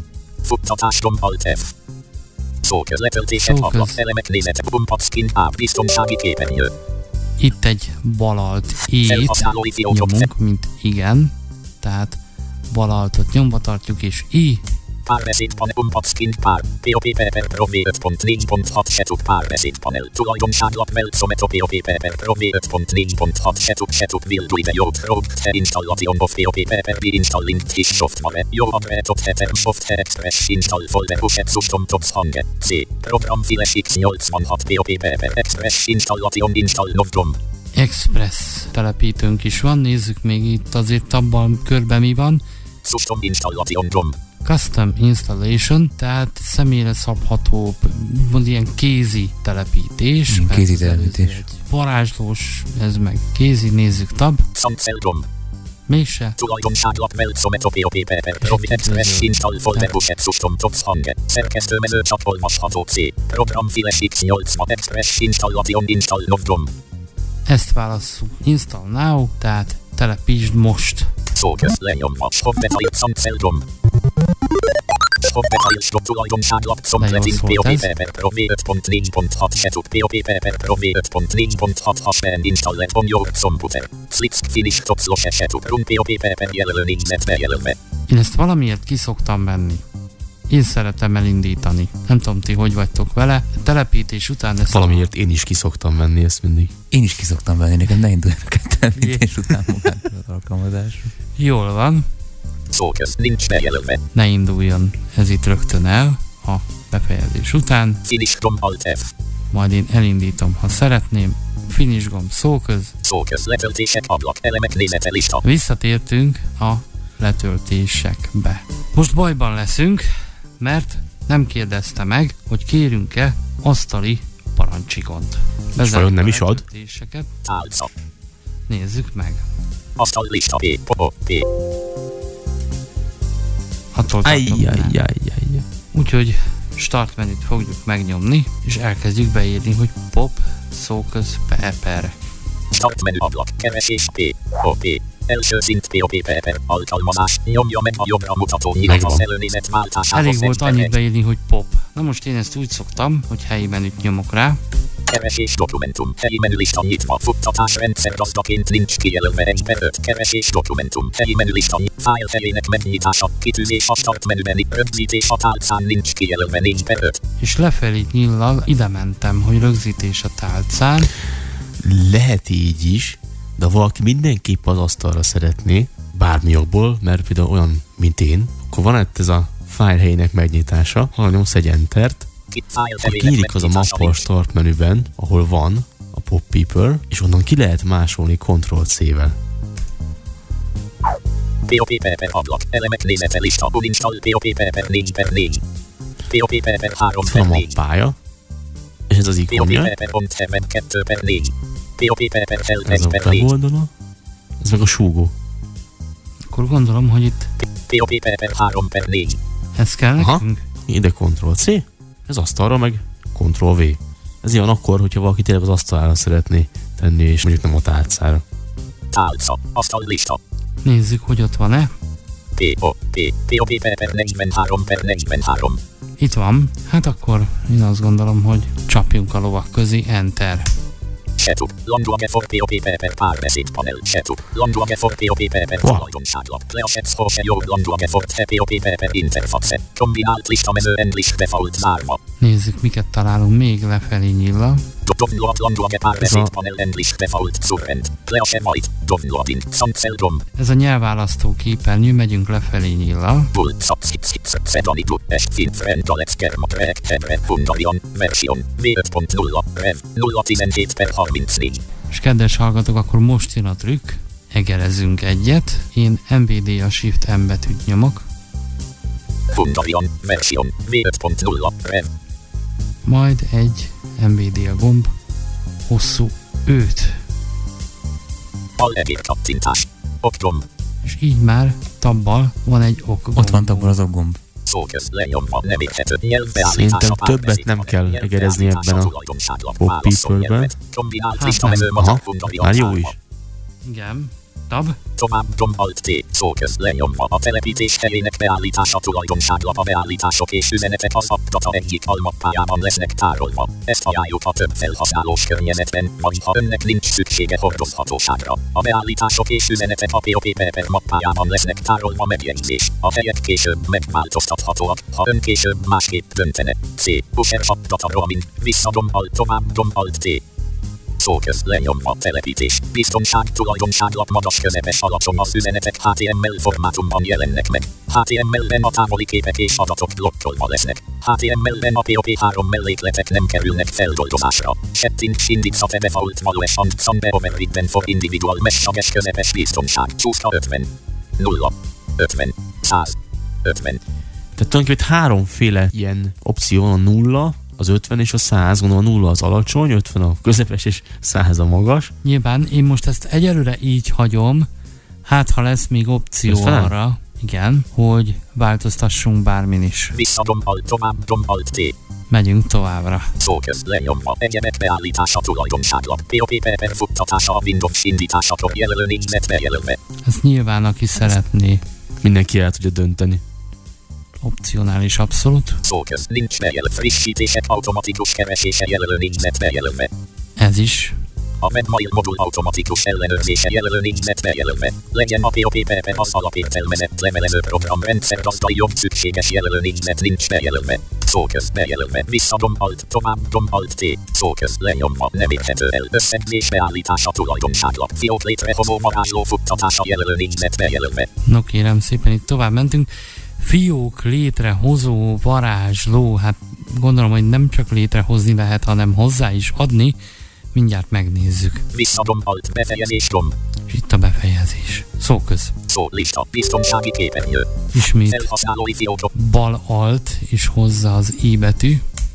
Futtatás gomb Alt F. Szóköz letöltések, ablak, elemek nézete, bumpat, skin, áp, biztonsági képernyő. Itt egy balalt i-t nyomunk, mint igen, tehát balaltot nyomva tartjuk, és i. Párbeszéd panel, bumpat, skin, pár, P O P Pepper Pro V öt pont négy pont hat setup, párbeszéd panel, tulajdonságlap, velcometo, P O P Pepper Pro V öt pont négy pont hat setup, setup, will do the job, rogue, installation of P O P Pepper, be installing this software, your adretot, heter, software, express, install folder, uset, custom, tops, hange, C, program, files, x nyolcvanhat, P O P Pepper, express, installation, install, no gomb. Express telepítőnk is van, nézzük még itt azért abban körben mi van. Custom installation gomb. Custom installation, tehát személyre szabható, mond ilyen kézi telepítés. Mm, kézi telepítés. Varázslós, ez meg kézi, nézzük tab. Cancel gomb. Mégse. Tulajdonságlap, velcometo, P O P Pepper Pro express, install folder, uset, custom, tops, hange, szerkesztőmező, csak olvasható, C, program, files, x nyolcvan, express, installation, install, no gomb. Ezt válasszuk. Install now, tehát telepítsd most. Szóköz lenyomva, Shopbefile Szanceldom. Shopbefile Shop tulajdonságlap Szomletint pé o pé per Pro vé öt pont négy pont hat Setup pé o pé per Pro vé öt pont négy pont hat Hasben Installed on your computer. Slips Finish Top Slash Setup Run pé o pé per jelölő négyzet bejelölve. Én ezt valamiért kiszoktam venni. Én szeretem elindítani. Nem tudom, ti hogy vagytok vele. Telepítés után ezt... Valamiért én is kiszoktam venni ezt mindig. Én is kiszoktam venni, nekem ne induljanak a telepítés után magát az alkalmazásra. Jól van. Szóköz nincs bejelölve. Ne induljon ez itt rögtön el a befejezés után. Finish gomb Alt F. Majd én elindítom, ha szeretném. Finish gomb szóköz. Szóköz letöltések ablak elemek nézete lista. Visszatértünk a letöltésekbe. Most bajban leszünk, mert nem kérdezte meg, hogy kérünk-e asztali parancsigont. És vajon nem is ad? Álca. Nézzük meg. Asztal lista P, P, P. Attól tartom, nem. Úgyhogy start menüt fogjuk megnyomni, és elkezdjük beírni, hogy pop szóköz per. Start menü ablak, keresés P, O P. Első szint pé o pé per alkalmazás, nyomja meg a jobbra mutató nyilat az előnézet váltásához. Elég volt annyit beírni, hogy pop. Na most én ezt úgy szoktam, hogy helyi menüt nyomok rá. Keresés dokumentum, helyi menülista nyitva, futtatás rendszer gazdaként nincs kijelölve egy per öt. Keresés dokumentum, helyi menülista nyitva, fájl felének megnyitása, kitűzés a start menüben, rögzítés a tálcán nincs kijelölve négy per öt. És lefelé nyillal ide mentem, hogy rögzítés a tálcán. Lehet így is, de valaki mindenképp az asztalra szeretné, bármi jobból, mert például olyan, mint én, akkor van itt ez a fájl helyének megnyitása, ha nyomsz egy Entert, akkor kinyílik az a mappa a start menüben, ahol van a Pop People, és onnan ki lehet másolni Ctrl C-vel. pé o pé per ablak, elemek nézete lista, uninstall pé o pé per négy per négy. pé o pé per három per négy. Itt van a mappája, és ez az ikonja. pé o pé per kettő per négy. pé o pé per ez a weboldala, ez meg a súgó. Akkor gondolom, hogy itt pé o pé per három per négy. Ez kell nekünk? Ide Ctrl C, ez asztalra meg Ctrl V. Ez ilyen akkor, hogyha valaki tényleg az asztalára szeretné tenni, és mondjuk nem a tálcára. Tálca, asztal lista. Nézzük, hogy ott van-e. pé o pé, pé o pé per negyvenhárom per negyvenhárom. Itt van. Hát akkor én azt gondolom, hogy csapjunk a lovak közé, Enter. Setup, Landuage for pé o pé per párbeszéd panel, Setup, Landuage for pé o pé per tulajdonságlap, Leasets for jó Landuage for pé o pé per interface, kombinált lista mező English default zárva. Nézzük, miket találunk még lefelé nyilla. Download Landuage párbeszéd panel English default surrend, Lease white, downloading, Sancel dom. Ez a nyelvválasztó képernyő, megyünk lefelé nyilla. Bull, subscripts, sedonitu, estfin, friendalets, kermatrek, hebre, hundalion, version, vé öt pont nulla, rev, nulla tizenhét per harmincnégy. És kedves hallgatók, akkor most jön a trükk, egerezünk egyet, én em bé dé a Shift M betűt nyomok. Fundalion, version, vé öt pont nulla, rev. Majd egy em bé dé a gomb, hosszú öt. Al egér kattintás, okgomb. És így már tabbal van egy okgomb. Ott van tabbal az okgomb. Szóköz lenyomva nem érthető nyelvbeállítása. Szerintem többet nem kell egerezni ebben a Pop People-ben. Hát már jó is. Igen. Tab. Tovább gomb Alt T, szóköz lenyomva a telepítés helyének beállítása tulajdonságlap a beállítások és üzenetek az appdata egyik almappájában lesznek tárolva. Ezt ajánljuk a több felhasználós környezetben, vagy ha önnek nincs szüksége hordozhatóságra. A beállítások és üzenetek a pé o pé per mappájában lesznek tárolva megjegyzés. A helyek később megváltoztathatóak, ha ön később másképp döntene. C. Pusher appdata roaming, visszagomb Alt, tovább gomb Alt T. Szóköz lenyomva telepítés, biztonság tulajdonságlap magas közepes alacsony az üzenetek há té em el formátumban jelennek meg. há té em el-ben a távoli képek és adatok blokkolva lesznek. há té em el-ben a pé o pé három mellékletek nem kerülnek feldolgozásra. Settings indica the default values and some overridden for individual messages közepes biztonság. Csúszka ötven. nulla. ötven. száz. ötven. Tehát tulajdonképpen háromféle ilyen opció van, a nulla, az ötven és a száz, gondolom a nulla az alacsony, ötven a közepes és száz a magas. Nyilván én most ezt egyelőre így hagyom, hát ha lesz még opció arra, igen, hogy változtassunk bármin is. Visszagomb Alt, tovább gomb Alt T. Megyünk továbbra. Szóköz lenyomva. Egyenet beállítása tulajdonságlap. pé o pé Paper futtatása a Windows indításakor jelölő nincs net bejelölve. Ezt nyilván aki szeretné. Mindenki el tudja dönteni. Opcionális abszolút. Szóköz nincs bejelölt. Frissítések automatikus keresése jelölő nincs net bejelölve. Ez is. A webmail modul automatikus ellenőrzése jelölő nincs net bejelölve. Legyen a pé o pé Paper az alapértelmenet levelező programrendszer gazdai jobb szükséges jelölő nincs net nincs bejelölve. Szóköz bejelölve. Visszadom alt, tovább dom alt T. Szóköz lenyomva. Nem érhető el. Összegzés beállítása tulajdonságlap. Fiók létrehozó varázsló futtatása jelölő nincs net bejelölve. No kérem szépen, itt tovább mentünk. Fiók létrehozó varázsló. Hát gondolom, hogy nem csak létrehozni lehet, hanem hozzá is adni. Mindjárt megnézzük. Visszadom alt, befejezés dom. És itt a befejezés. Szóköz. Szó lista, biztonsági képernyő. Ismét Felhasználói fiókok. bal alt és hozzá az I betű.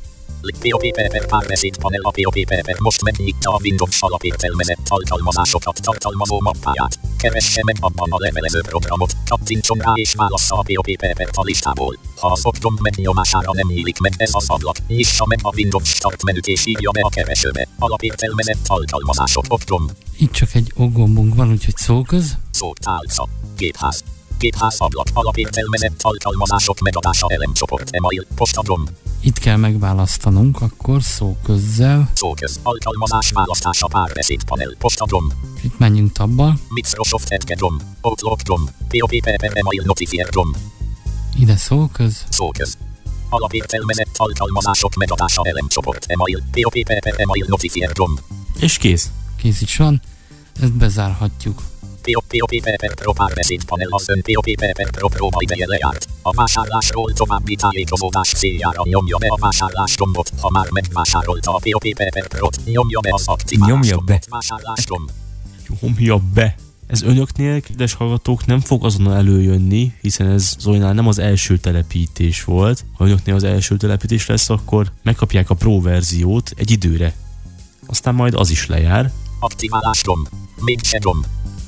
pé o pé Paper párbeszéd panel. A pé o pé Paper most megnyitja a Windows alapértelmenet alkalmazásokat tartalmazó mappáját. Keresse meg abban a levelező programot, kattintson rá és válassza a pé o pé Papert a listából. Ha az okgomb megnyomására nem nyílik meg ez az ablak, nyissa meg a Windows Start menüt és írja be a keresőbe. Alapértelmenet alkalmazások okgomb. Itt csak egy okgombunk van, úgyhogy szóköz. Szótálca. Gépház. Gépház ablak. Alapértelmenet alkalmazások megadása elemcsoport. Email. Postagomb. Itt kell megválasztanunk, akkor szóközzel. Szóköz. Alkalmazás választása párbeszéd panel. Postagomb. Itt menjünk tabbal. Microsoft Edge gomb. Outlook gomb. pé o pé Paper Email Notifier gomb. Ide szóköz. Szóköz. Alapértelmenet alkalmazások megadása elemcsoport. Email. pé o pé Paper Email Notifier gomb. És kész. Kész is van. Ezt bezárhatjuk. pé o pé Paper Pro párbeszéd panel. Az ön pé o pé Paper Pro próbaideje lejárt. A vásárlásról további tájékozódás céljára nyomja be a vásárlás gombot. Ha már megvásárolta a pé o pé Paper Pro-t, nyomja be az aktiválás Nyomja be. gombot. Vásárlás gomb. Nyomja be. Ez önöknél, kedves hallgatók, nem fog azonnal előjönni, hiszen ez Zolinál nem az első telepítés volt. Ha önöknél az első telepítés lesz, akkor megkapják a Pro verziót egy időre. Aztán majd az is lejár. Aktiválás gomb. Mégse gomb.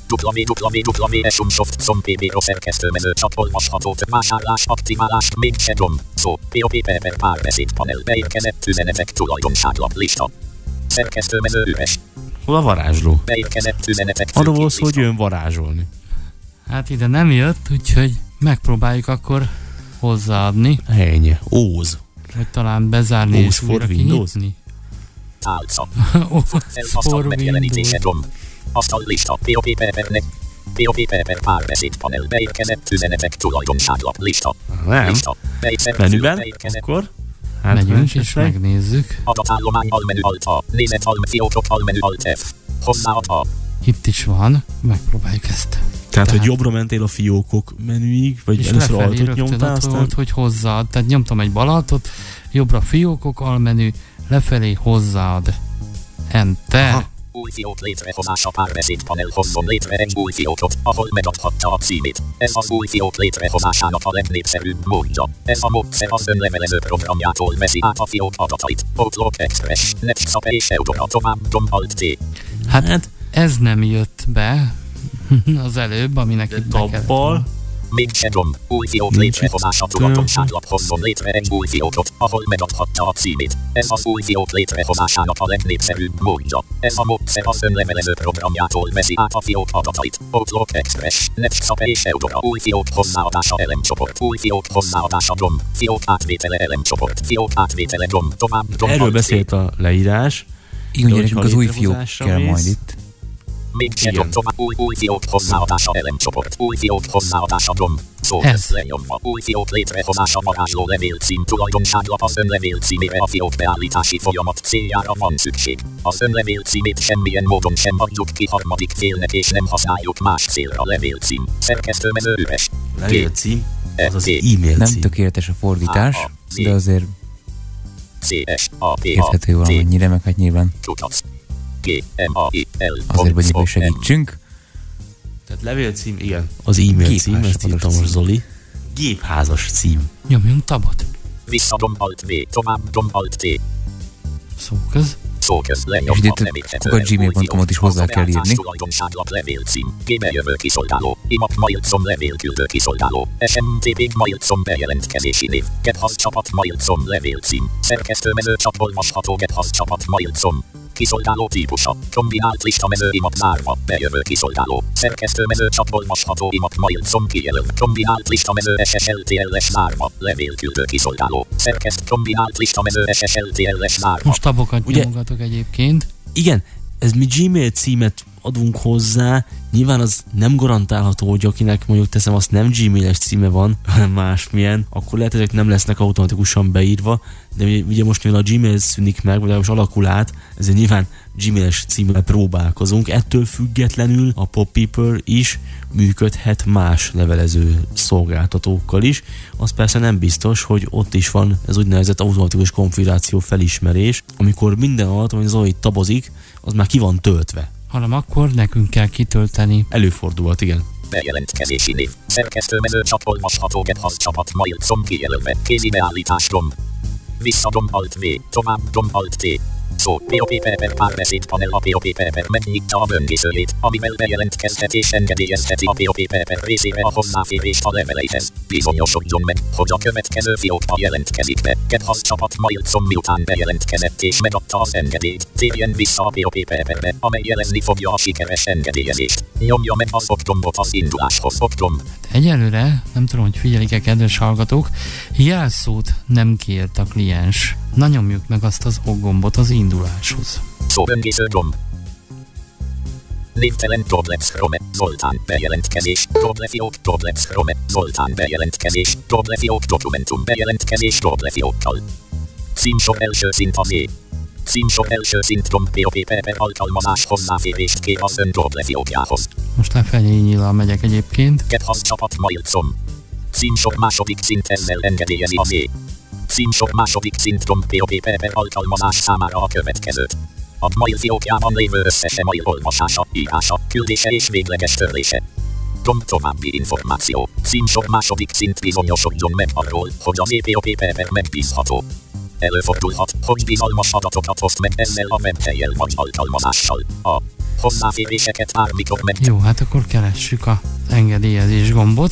www.esumsoft.pb szerkesztőmező csak olvasható. Vásárlás, aktiválás, mégse gomb. Szó, pé o pé Paper párbeszéd panel. Beérkezett üzenetek tulajdonságlap lista. Szerkesztőmező üres. Hol a varázsló? Beérkezett üzenetek. Arról volt szó, hogy jön varázsolni. Hát ide nem jött, úgyhogy megpróbáljuk akkor hozzáadni. Ennyi. Óz. Vagy talán bezárni Óz és for újra Windows? kinyitni. Álca. Óz Asztal for megjelenítése Windows. gomb. Asztal lista. pé o pé Papernek. pé o pé Paper párbeszéd panel. Beérkezett üzenetek tulajdonságlap lista. Nem. Lista. Beérkezett- Menüben? beérkezett- Akkor? Hát Megyünk és esetleg? megnézzük. Adatállomány almenü alt A. Nézet almenü fiókok almenü alt F. Hozzáad A. Itt is van. Megpróbáljuk ezt. Tehát, Tehát- hogy jobbra mentél a fiókok menüig, vagy És először lefelé altot rögtön nyomtál, ott aztán... volt, hogy hozzáad. Tehát nyomtam egy bal altot, jobbra fiókok almenü, lefelé hozzáad. Enter. Aha. Új fiók létrehozása párbeszéd panel. Hozzon létre egy új fiókot, ahol megadhatta a címét. Ez az új fiók létrehozásának a legnépszerűbb módja. Ez a módszer az önlevelező programjától veszi át a fiók adatait. Outlook Express, Netscape és Eudora tovább gomb alt T. Hát, Hát, ez nem jött be az előbb, aminek itt be kellett volna. tabbal. Mégse gomb. Új fiók Nincs létrehozása itt. tulajdonságlap. Hozzon létre egy új fiókot, ahol megadhatta a címét. Ez az új fiók létrehozásának a legnépszerűbb módja. Ez a módszer az önlevelező programjától veszi át a fiók adatait. Outlook Express, Netscape és Eudora. Új fiók hozzáadása elemcsoport. Új fiók hozzáadása gomb. Fiók átvétele elemcsoport. Fiók átvétele gomb. Tovább gomb. Erről alt T. beszélt a leírás. Igen, De nekünk hogyha az új fiók létrehozásra kell mész- majd itt. Mégse Igen. gomb. Tovább új, új fiók hozzáadása elemcsoport. Új fiók hozzáadása gomb. Szó Ez. lenyomva. Új fiók létrehozása varázsló levélcím tulajdonságlap. Az önlevél címére a fiók beállítási folyamat céljára van szükség. Az önlevél címét semmilyen módon sem adjuk ki harmadik félnek és nem használjuk más célra. Levélcím. Szerkesztőmező üres. Levélcím, az az G. e-mail Nem cím. tökéletes a fordítás, A, C. de azért C S A P A érthető T valamennyire, meg hát nyilván Kukac. G M A I L azért vagyunk, hogy segítsünk. Tehát levélcím, igen. Az e-mail Gépházas cím, ezt írtam cím. most Zoli. Gépházas cím. Nyomjunk tabot. Vissza gomb alt V. Tovább gomb alt T. Szóköz. Szóköz, és itt akkor a gmail pont com-ot is hozzá kell írni. Tulajdonságlap levélcím, gmail-jövő kiszolgáló, imap mailcom levélküldő kiszolgáló, es em té pé mailcom bejelentkezési név, GetHaz csapat mailcom levélcím, szerkesztőmező csak olvasható GetHaz csapat mailcom. Kiszolgáló típusa, kombinált listamező imap zárva, bejövő kiszolgáló, szerkesztőmező csak olvasható imap mailcom kijelölt, kombinált listamező es es el té el-es zárva, levélküldő kiszolgáló, szerkeszt kombinált listamező es es el té el-es zárva. Most tabokat nyomogatok egyébként. Igen, ez mi Gmail címet adunk hozzá, nyilván az nem garantálható, hogy akinek mondjuk teszem azt nem Gmail-es címe van, hanem másmilyen, akkor lehet, ezek nem lesznek automatikusan beírva, de ugye most mivel a Gmail szűnik meg, vagy most alakul át, ezért nyilván Gmail-es címmel próbálkozunk. Ettől függetlenül a PopPeople is működhet más levelező szolgáltatókkal is. Az persze nem biztos, hogy ott is van ez úgynevezett automatikus konfiguráció felismerés, amikor minden alatt, hogy az ahogy tabozik, az már ki van töltve. Hanem akkor nekünk kell kitölteni. Előfordulhat, igen. Bejelentkezési név. Szerkesztőmező csak olvasható GetHaz csapat mailcom kijelölve. Kézi beállítás gomb. Vissza gomb alt V. Tovább gomb alt T. Szó. pé o pé per párbeszéd panel. A pé o pé per megnyitja a böngészőjét, amivel bejelentkezhet és engedélyezheti a pé o pé per részére a hozzáférést a leveleihez. Bizonyosodjon meg, hogy a következő fiókba jelentkezik be. GetHaz csapat mailcom miután bejelentkezett és megadta az engedélyt. Térjen vissza a pé o pé perbe, amely jelezni fogja a sikeres engedélyezést. Nyomja meg az ok gombot az induláshoz. Ok gomb. Egyelőre, nem tudom, hogy figyelik-e, kedves hallgatók, jelszót nem kért a kliens. Na nyomjuk meg azt az ok gombot az induláshoz. Szó böngésző gomb. Névtelen Problex Chrome, Zoltán bejelentkezés, Problefiók, Problex Chrome, Zoltán bejelentkezés, Problefiók dokumentum bejelentkezés Problefiókkal. Címsor első szint az E. Címsor első szint gomb. pé o pé per alkalmazás hozzáférést kér az ön Problefiókjához. Most lefelé nyílal megyek egyébként. GetHaz csapat mailcom. Címsor második szint ezzel engedélyezi az E. Címsor második szint gomb. pé o pé per alkalmazás számára a következőt. A mail fiókjában lévő összes mail olvasása, írása, küldése és végleges törlése. Gomb további információ. Címsor második szint bizonyosodjon meg arról, hogy az é pé o pé per megbízható. Előfordulhat, hogy bizalmas adatokat oszt meg ezzel a webhellyel vagy alkalmazással. A hozzáféréseket bármikor meg... Jó, hát akkor keressük az engedélyezés gombot.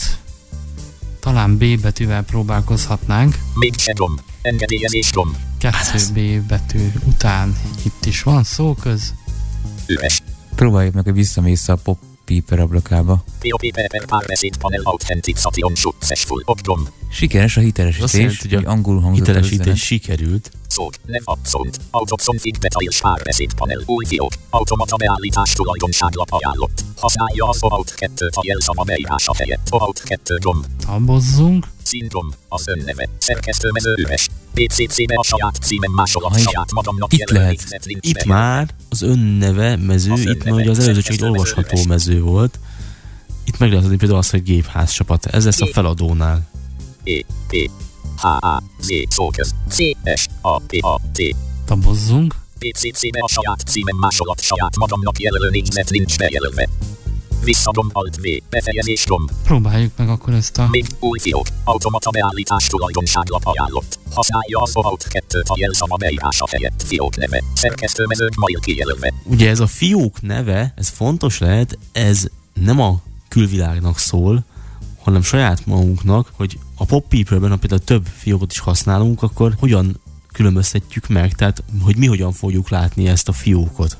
Talán B betűvel próbálkozhatnánk. Mégse gomb. Engedélyezés gomb. Kettő B betű után itt is van szóköz. Üres. Próbáljuk meg, hogy visszamész a PopPeople ablakába. pé o pé per párbeszéd panel authentication successful. Ok gomb. Sikeres a hitelesítés, hogy a angol hangzott hitelesítés sikerült. Szók, nev abszont, autoconfig details párbeszéd panel, új fiók, automata beállítás tulajdonságlap ajánlott. Használja az o out kettőt a jelszava beírása helyett. o out kettő gomb. Tabozzunk. Színgomb, az önneve, szerkesztőmező üres. pé cé cé-be a saját címem másolat Aj, saját magamnak itt jelölik. lehet. Itt már az önneve mező, Az itt önneve, már ugye az előző csak egy szerkesztőmező olvasható üres. mező volt. Itt meg lehet adni például azt, hogy gépház csapat. Ez lesz a feladónál. E, P, H, A, Z, szóköz, C, S, A, P, A, T. Tabozzunk. pé cé cé-be a saját címem másolat saját magamnak jelölő négyzet nincs bejelölve. Visszagomb alt V, befejezés gomb. Próbáljuk meg akkor ezt a... Még új fiók, automata beállítás tulajdonságlap ajánlott. Használja az o out kettőt a jelszava beírása helyett. Fiók neve, szerkesztőmezők mail kijelölve. Ugye ez a fiók neve, ez fontos lehet, ez nem a külvilágnak szól, hanem saját magunknak, hogy a PopPeople-ben, például több fiókot is használunk, akkor hogyan különböztetjük meg, tehát hogy mi hogyan fogjuk látni ezt a fiókot.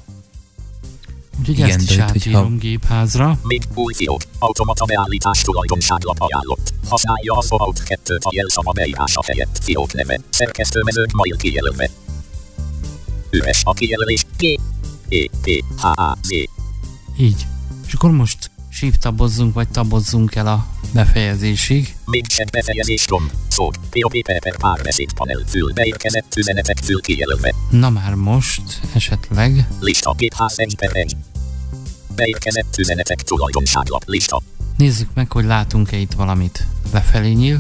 Úgyhogy Igen, ezt is de itt, átírom hogyha- gépházra. Még új fiók, automata beállítás tulajdonságlap ajánlott. Használja az o out kettőt a jelszava beírása helyett. Fiók neve, szerkesztőmezők mail kijelölve. Üres a kijelölés. G, E, P, H, A, Z. Így. És akkor most shift tabozzunk, vagy tabozzunk el a befejezésig. Mégsem befejezés gomb. Szók, pé o pé per párbeszéd panel fül beérkezett üzenetek fül kijelölve. Na már most esetleg. Lista gépház egy per egy. Beérkezett üzenetek tulajdonságlap lista. Nézzük meg, hogy látunk-e itt valamit. Lefelé nyíl.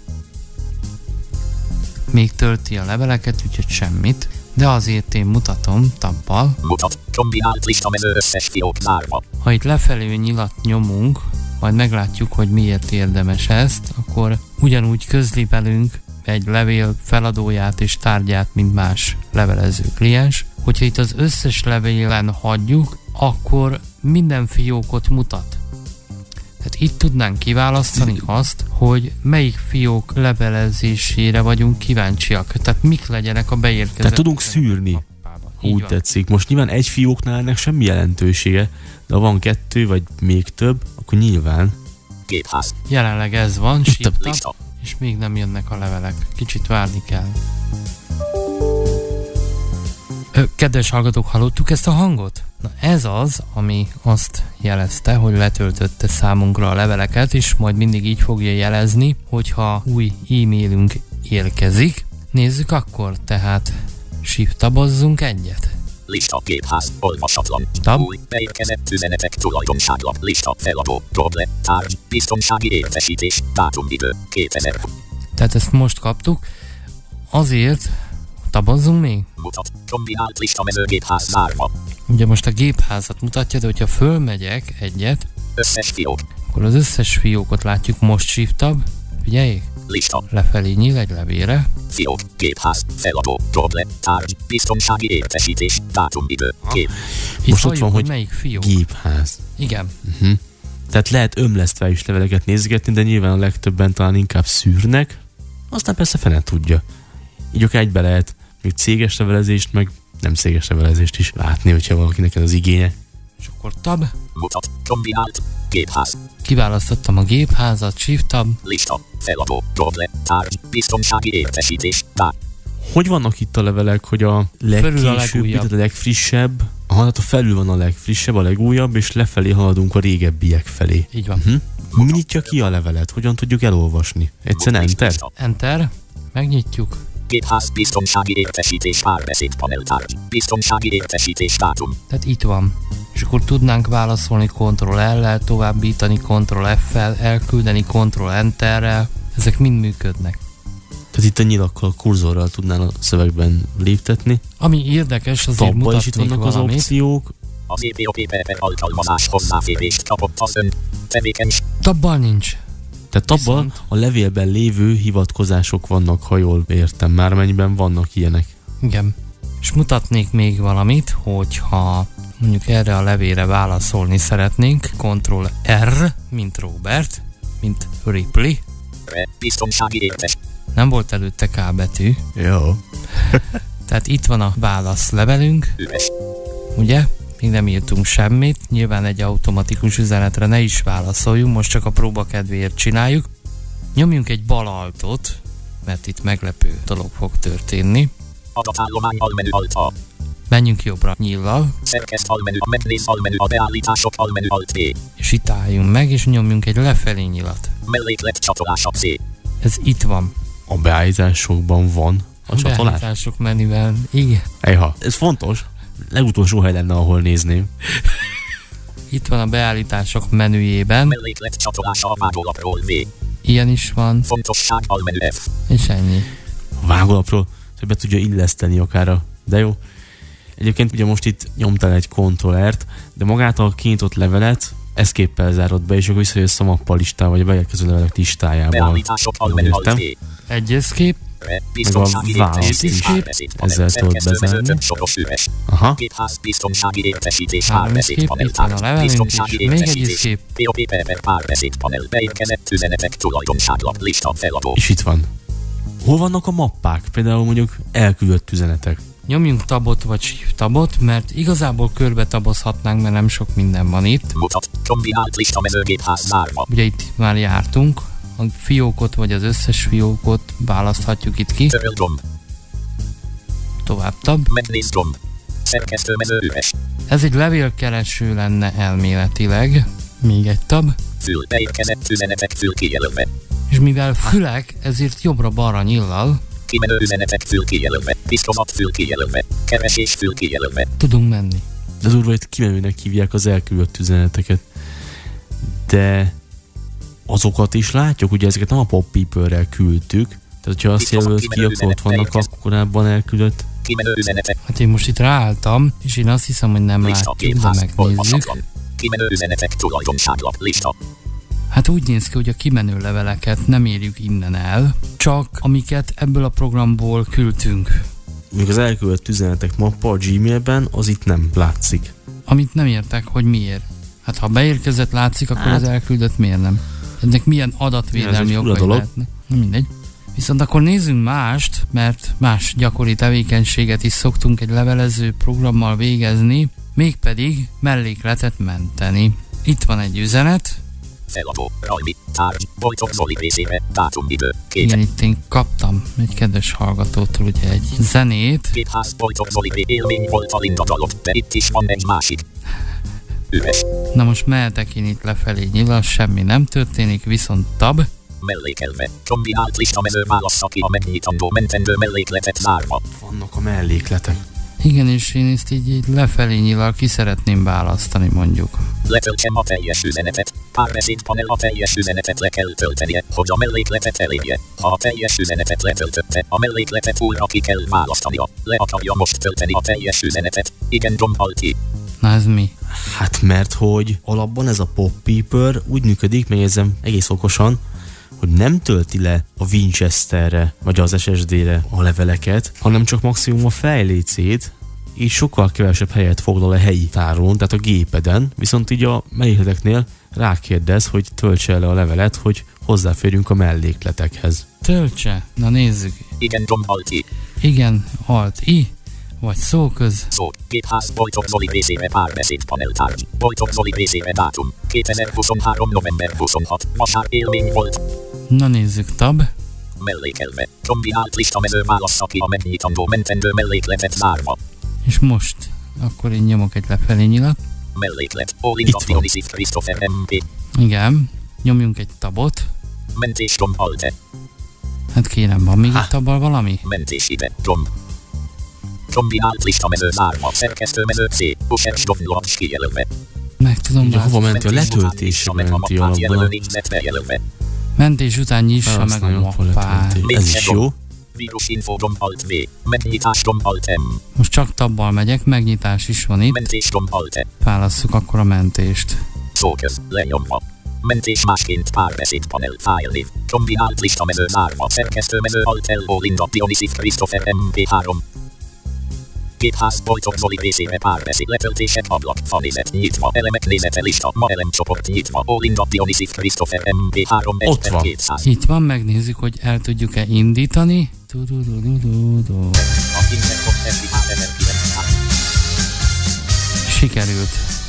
Még tölti a leveleket, úgyhogy semmit. De azért én mutatom tabbal. Mutat, kombinált listamező összes fiók zárva. Ha itt lefelé nyilat nyomunk, majd meglátjuk, hogy miért érdemes ezt, akkor ugyanúgy közli velünk egy levél feladóját és tárgyát, mint más levelező kliens. hogyha itt az összes levélen hagyjuk, akkor minden fiókot mutat. Tehát itt tudnánk kiválasztani azt, hogy melyik fiók levelezésére vagyunk kíváncsiak. Tehát mik legyenek a beérkezett. Tehát tudunk szűrni. Úgy tetszik. Most nyilván egy fióknál ennek semmi jelentősége, de ha van kettő, vagy még több, akkor nyilván. Gépház. Jelenleg ez van, shift-tab, és még nem jönnek a levelek. Kicsit várni kell. Ö, kedves hallgatók, hallottuk ezt a hangot? Na ez az, ami azt jelezte, hogy letöltötte számunkra a leveleket, és majd mindig így fogja jelezni, hogyha új e-mailünk érkezik. Nézzük akkor, tehát shift-tabozzunk egyet. Lista, gépház, olvasatlan. Tab. Új, beérkezett üzenetek, tulajdonságlap, lista, feladó, problem, tárgy, biztonsági értesítés, dátumidő, kétezer. Tehát ezt most kaptuk. Azért tabozzunk még? Mutat, kombinált lista mező, gépház zárva. Ugye most a gépházat mutatja, de hogyha fölmegyek egyet, összes fiók, akkor az összes fiókot látjuk. Most shift-tab, figyeljék, lista, lefelé nyíl egy levélre. fiók, gépház, feladó, problem, tárgy, biztonsági értesítés, dátumidő, kép. Itt Most halljuk, ott van, hogy melyik fiók. Gépház. Igen. Uh-huh. Tehát lehet ömlesztve is leveleket nézgetni, de nyilván a legtöbben talán inkább szűrnek, aztán persze fene tudja. Így akár egybe lehet még céges levelezést, meg nem céges levelezést is látni, hogyha valakinek ez az igénye. És akkor tab. Mutat, kombinált, gépház. Kiválasztottam a gépházat, shift-tab. Lista, feladó, problem, tárgy, biztonsági értesítés, dá. Hogy vannak itt a levelek, hogy a legkésőbb, a, a legfrissebb, aha, hát a felül van a legfrissebb, a legújabb, és lefelé haladunk a régebbiek felé. Így van. Uh-huh. Mi nyitja ki a levelet? Hogyan tudjuk elolvasni? Egyszerűen enter? Enter. Megnyitjuk. Gépház, biztonsági értesítés, párbeszéd, paneltárgy, biztonsági értesítés, dátum. Tehát itt van. És akkor tudnánk válaszolni Ctrl-L-lel, továbbítani Ctrl-F-fel, elküldeni Ctrl-Enter-rel. Ezek mind működnek. Tehát itt a nyilakkal, a kurzorral tudnál a szövegben léptetni. Ami érdekes, azért Tabban mutatnék is itt vannak valamit. az opciók. Az é pé o pé per alkalmazás hozzáférést kapott az ön. Tevékenys. Tabbal nincs. Tehát abban Viszont a levélben lévő hivatkozások vannak, ha jól értem, már mennyiben vannak ilyenek. Igen. És mutatnék még valamit, hogyha mondjuk erre a levélre válaszolni szeretnénk, Ctrl-R, mint Robert, mint Ripley. Re, biztonsági értes. Nem volt előtte K betű. Jó. Tehát itt van a válaszlevelünk. Üres. Ugye? Még nem írtunk semmit. Nyilván egy automatikus üzenetre ne is válaszoljunk, most csak a próba kedvéért csináljuk. Nyomjunk egy bal altot, mert itt meglepő dolog fog történni. Adatállomány almenü alt A. Menjünk jobbra nyíllal. Szerkeszt almenü, a megnéz almenü, a beállítások almenü alt B. És itt álljunk meg, és nyomjunk egy lefelé nyilat. Melléklet csatolása C. Ez itt van. A beállításokban van a, a csatolás? Beállítások menüvel, igen. Ejha, ez fontos. Legutolsó hely lenne, ahol nézném. Itt van a beállítások menüjében. Melléklet csatolása a vágólapról V. Ilyen is van. Fontosság almenü F. És ennyi. A vágólapról, hogy be tudja illeszteni akár a... De jó. Egyébként ugye most itt nyomtál egy Ctrl-R-t, de magát a kinyitott levelet escape-el zárod be, és akkor visszajössz a mappa listával, vagy a beérkező levelek listájával. Beállítások almenü alt V. Egy escape. Meg a választ is ezzel tudod bezárni. Aha. Gépház, biztonsági értesítés, Három párbeszéd, escape, panel, itt van a tárgy, levelünk biztonsági is. Még egy értesítés, escape. pé o pé per párbeszéd, panel, beérkezett üzenetek, tulajdonságlap, lista, feladó. És itt van. Hol vannak a mappák? Például mondjuk elküldött üzenetek. Nyomjunk tabot vagy shift tabot, mert igazából körbe tabozhatnánk, mert nem sok minden van itt. Mutat, kombinált lista mezőgépház zárva. Ugye itt már jártunk. A fiókot vagy az összes fiókot választhatjuk itt ki. Töröl gomb. Tovább tab. Megnéz gomb. Szerkesztőmező üres. Ez egy levélkereső lenne elméletileg. Még egy tab. Fül, beérkezett üzenetek, fül kijelölve. És mivel fülek, ezért jobbra-balra nyillal Kimenő üzenetek, fül kijelölve. Pisztomat, fül kijelölve. Keresés, fül kijelölve. tudunk menni. De az úrva, hogy kimenőnek hívják az elküldött üzeneteket. De azokat is látjuk, ugye ezeket nem a pop-people-rel küldtük. Tehát, hogyha azt jelölt ki, akkor ott vannak a korábban elküldött. Kimenő üzenetek. Hát én most itt ráálltam, és én azt hiszem, hogy nem Lista, látjuk, de gépház, megnézzük. olvasatlan. Kimenő üzenetek, tulajdonságlap, lista. Hát úgy néz ki, hogy a kimenő leveleket nem érjük innen el, csak amiket ebből a programból küldtünk. még az elküldött üzenetek mappa a Gmailben, az itt nem látszik. Amit nem értek, hogy miért. Hát ha beérkezett látszik, akkor hát. az elküldött miért nem? Ennek milyen adatvédelmi okai lehetne? Mindegy. Viszont akkor nézzünk mást, mert más gyakori tevékenységet is szoktunk egy levelező programmal végezni, mégpedig mellékletet menteni. Itt van egy üzenet. Feladó, rajmi, tárgy, Bojtok Zoli részére, dátum, idő, két. Igen, itt én kaptam egy kedves hallgatótól ugye egy zenét. Gépház, Bojtok Zoli élmény volt a Linda dalot, de itt is van egy másik. Üres. Na most mehetek én itt lefelé, nyilván semmi nem történik, viszont tab. Mellékelve, kombinált listamező válassza ki a megnyitandó mentendő mellékletet zárva. Vannak a mellékletek. Igen, és én ezt így, így lefelé nyilván ki szeretném választani mondjuk. Letöltsem a teljes üzenetet. Párbeszéd panel a teljes üzenetet le kell töltenie, hogy a mellékletet elérje. Ha a teljes üzenetet letöltötte, a mellékletet újra ki kell választania. Le akarja most tölteni a teljes üzenetet. Igen, gombal ki. Na ez mi? Hát mert hogy alapban ez a PopPeeper úgy működik, megjegyzem egész okosan, hogy nem tölti le a Winchesterre vagy az es es dé-re a leveleket, hanem csak maximum a fejlécét, így sokkal kevesebb helyet foglal a helyi tárolón, tehát a gépeden, viszont így a mellékleteknél rákérdez, hogy töltse le a levelet, hogy hozzáférjünk a mellékletekhez. Töltse? Na nézzük. Igen, gombal ki. Igen, alt i, vagy szóköz. Szó, gépház, Bojtok Zoli részére párbeszéd paneltárgy, Bojtok Zoli részére dátum, kétezer-huszonhárom. november huszonhatodika, vasár élmény volt. Na nézzük, tab. Mellékelve, kombinált listamező válassza ki a megnyitandó mentendő mellékletet zárva. És most akkor én nyomok egy lefelé nyilat. Melléklet, Olinda Dionysius Christopher em pé. Igen, nyomjunk egy tabot. Mentés gomb alte. Hát kérem, van még egy tabbal valami? Mentés ide, gomb. Kombinált listamező zárva, szerkesztőmező C, Users downloads kijelölve. Meg tudom látni. Hova menti a letöltésre menti alapban? Mentés után nyissa meg a mappát. Ez is jó. Vírusinfo gomb alt V, megnyitás gomb alt M. Most csak tabbal megyek, megnyitás is van itt. Mentés gomb alt E. Válasszuk akkor a mentést. Szóköz, lenyomva. Mentés másként párbeszéd panel fájlnév. Kombinált listamező zárva, szerkesztőmező alt L O Linda Dionysius Christopher em pé három. Gépház, Bojtok Zoli részére párbeszéd letöltések ablak, fanézet nyitva, elemek nézete lista, ma elemcsoport nyitva, Olinda Dionysius Christopher em pé három. Ott van. kétszáz. Itt van, megnézzük, hogy el tudjuk-e indítani. Sikerült.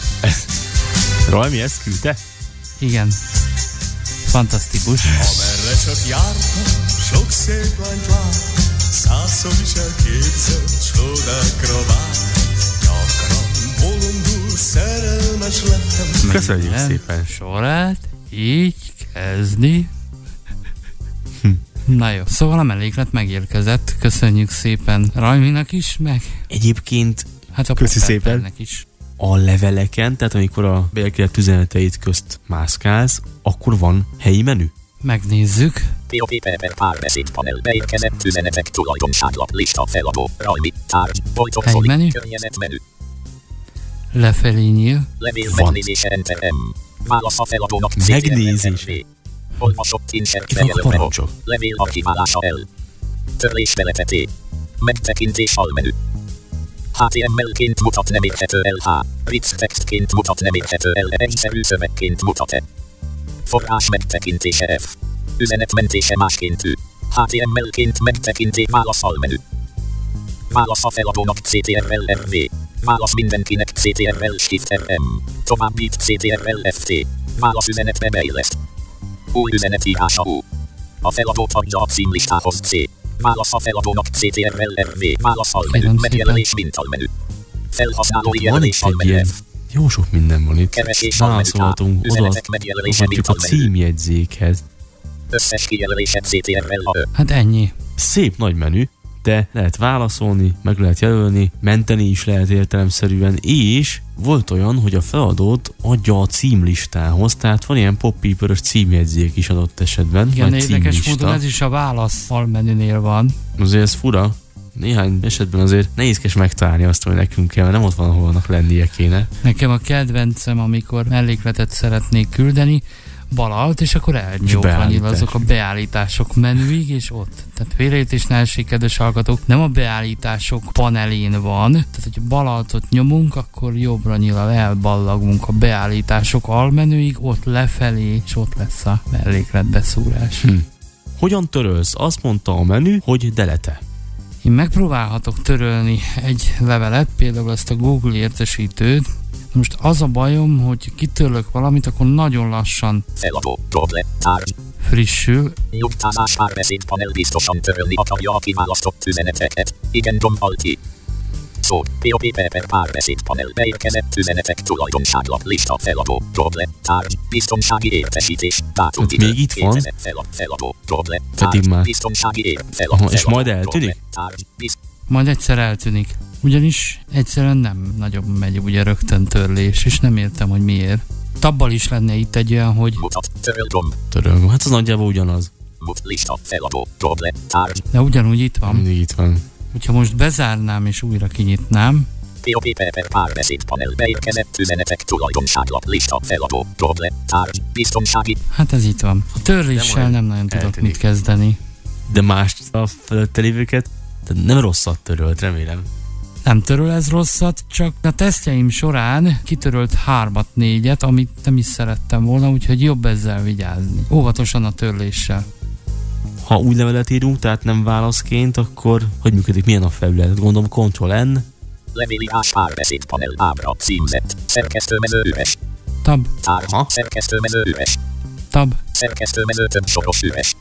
Rajmi, ezt küldte? Igen. Fantasztikus. Amerre csak jártam, sok szép lányt lát, százszor is elképzelt csodákra vár. Gyakran bolondul szerelmes lettem. Köszönjük szépen. Sorát így kezdi. Hm. Na jó, szóval a melléklet megérkezett. Köszönjük szépen Rajminak is, meg egyébként hát a köszi szépen is. A leveleken, tehát amikor a beérkezett üzeneteit közt mászkálsz, akkor van helyi menü? Megnézzük. pé o pé per párbeszéd panel, beérkezett üzenetek, tulajdonságlap, lista, feladó, rajmi, tárgy, Bojtok Zoli, menü. környezet menü. Lefelé nyíl. Levél megnézése enter M. Válasz a feladónak megnézés. Olvasott insert bejelölve. Levél archiválása L. Törlés beleteté. Megtekintés almenü. há té em el-ként mutat nem érhető el há. Rich textként mutat nem érhető el egyszerű szövegként mutat-e. Forrás megtekintése F. Üzenetmentése másként Ü. há té em el-ként megtekinté válasz almenü. Válasz a feladónak cé té er el er vé. Válasz mindenkinek cé té er el shift er em. Továbbít cé té er el ef té. Válasz üzenetbe beilleszt. Új üzenet írása U. A feladót adja a címlistához C. Válasz a feladónak cé té er el er vé. Válasz almenü. Megjelölés mintalmenü. Felhasználói jelölés almenü F. Jó sok minden van itt. Válaszolhatunk oda, csak a címjegyzékhez. Összes kijelölése cé té er el a Ö. Hát ennyi. Szép nagy menü, de lehet válaszolni, meg lehet jelölni, menteni is lehet értelemszerűen, és volt olyan, hogy a feladót adja a címlistához, tehát van ilyen PopPeeper-ös címjegyzék is adott esetben. Igen, érdekes módon ez is a válasz almenünél van. Azért ez fura. Néhány esetben azért nehézkes megtalálni azt, hogy nekünk kell, mert nem ott van, ahol annak lennie kéne. Nekem a kedvencem, amikor mellékletet szeretnék küldeni, balalt, és akkor elnyókra azok a beállítások menüig, és ott. Tehát félreértés ne essék, kedves hallgatók, nem a beállítások panelén van, tehát hogy balaltot nyomunk, akkor jobbra nyilván elballagunk a beállítások almenüig, ott lefelé, és ott lesz a mellékletbeszúrás. Hm. Hogyan törölsz? Azt mondta a menü, hogy delete. Én megpróbálhatok törölni egy levelet, például ezt a Google értesítőt. Most az a bajom, hogy kitörlök valamit, akkor nagyon lassan feladó, problem, tárgy, frissül. Nyugtázás párbeszédpanel biztosan törölni akarja a kiválasztott üzeneteket. Igen, gombbal ki. Szó, pé o pé per párbeszédpanel beérkezett üzenetek tulajdonságlap lista feladó, problem, tárgy, biztonsági értesítés, dátum, idő, még itt van. Felad, feladó, problem, tárgy, biztonsági ér, felad, Aha, és majd eltűnik? Tárgy, biz... Majd egyszer eltűnik. Ugyanis egyszerűen nem nagyon megy ugye rögtön törlés, és nem értem, hogy miért. Tabbal is lenne itt egy olyan, hogy mutat, töröl gomb. Töröl gomb, hát az nagyjából ugyanaz. Mut, lista, feladó, problem, tárgy. De ugyanúgy itt van. Mindig itt van. Hogyha most bezárnám és újra kinyitnám. pé o pé per párbeszédpanel beérkezett üzenetek tulajdonságlap lista feladó, problem, tárgy, biztonsági. Hát ez itt van. A törléssel nem nagyon tudok eltűnik. mit kezdeni. De más a fölötte lévőket, tehát nem rosszat törölt, remélem. Nem töröl ez rosszat, csak a tesztjeim során kitörölt hármat, négyet, amit nem is szerettem volna, úgyhogy jobb ezzel vigyázni. Óvatosan a törléssel. Ha új levelet írunk, tehát nem válaszként, akkor hogy működik? Milyen a felület? Gondolom Ctrl-N. Levélírás párbeszédpanel ábra címzet. Szerkesztőmező üres. Tab. Tárgy. Szerkesztőmező üres. Tab. Szerkesztőmező több soros üres.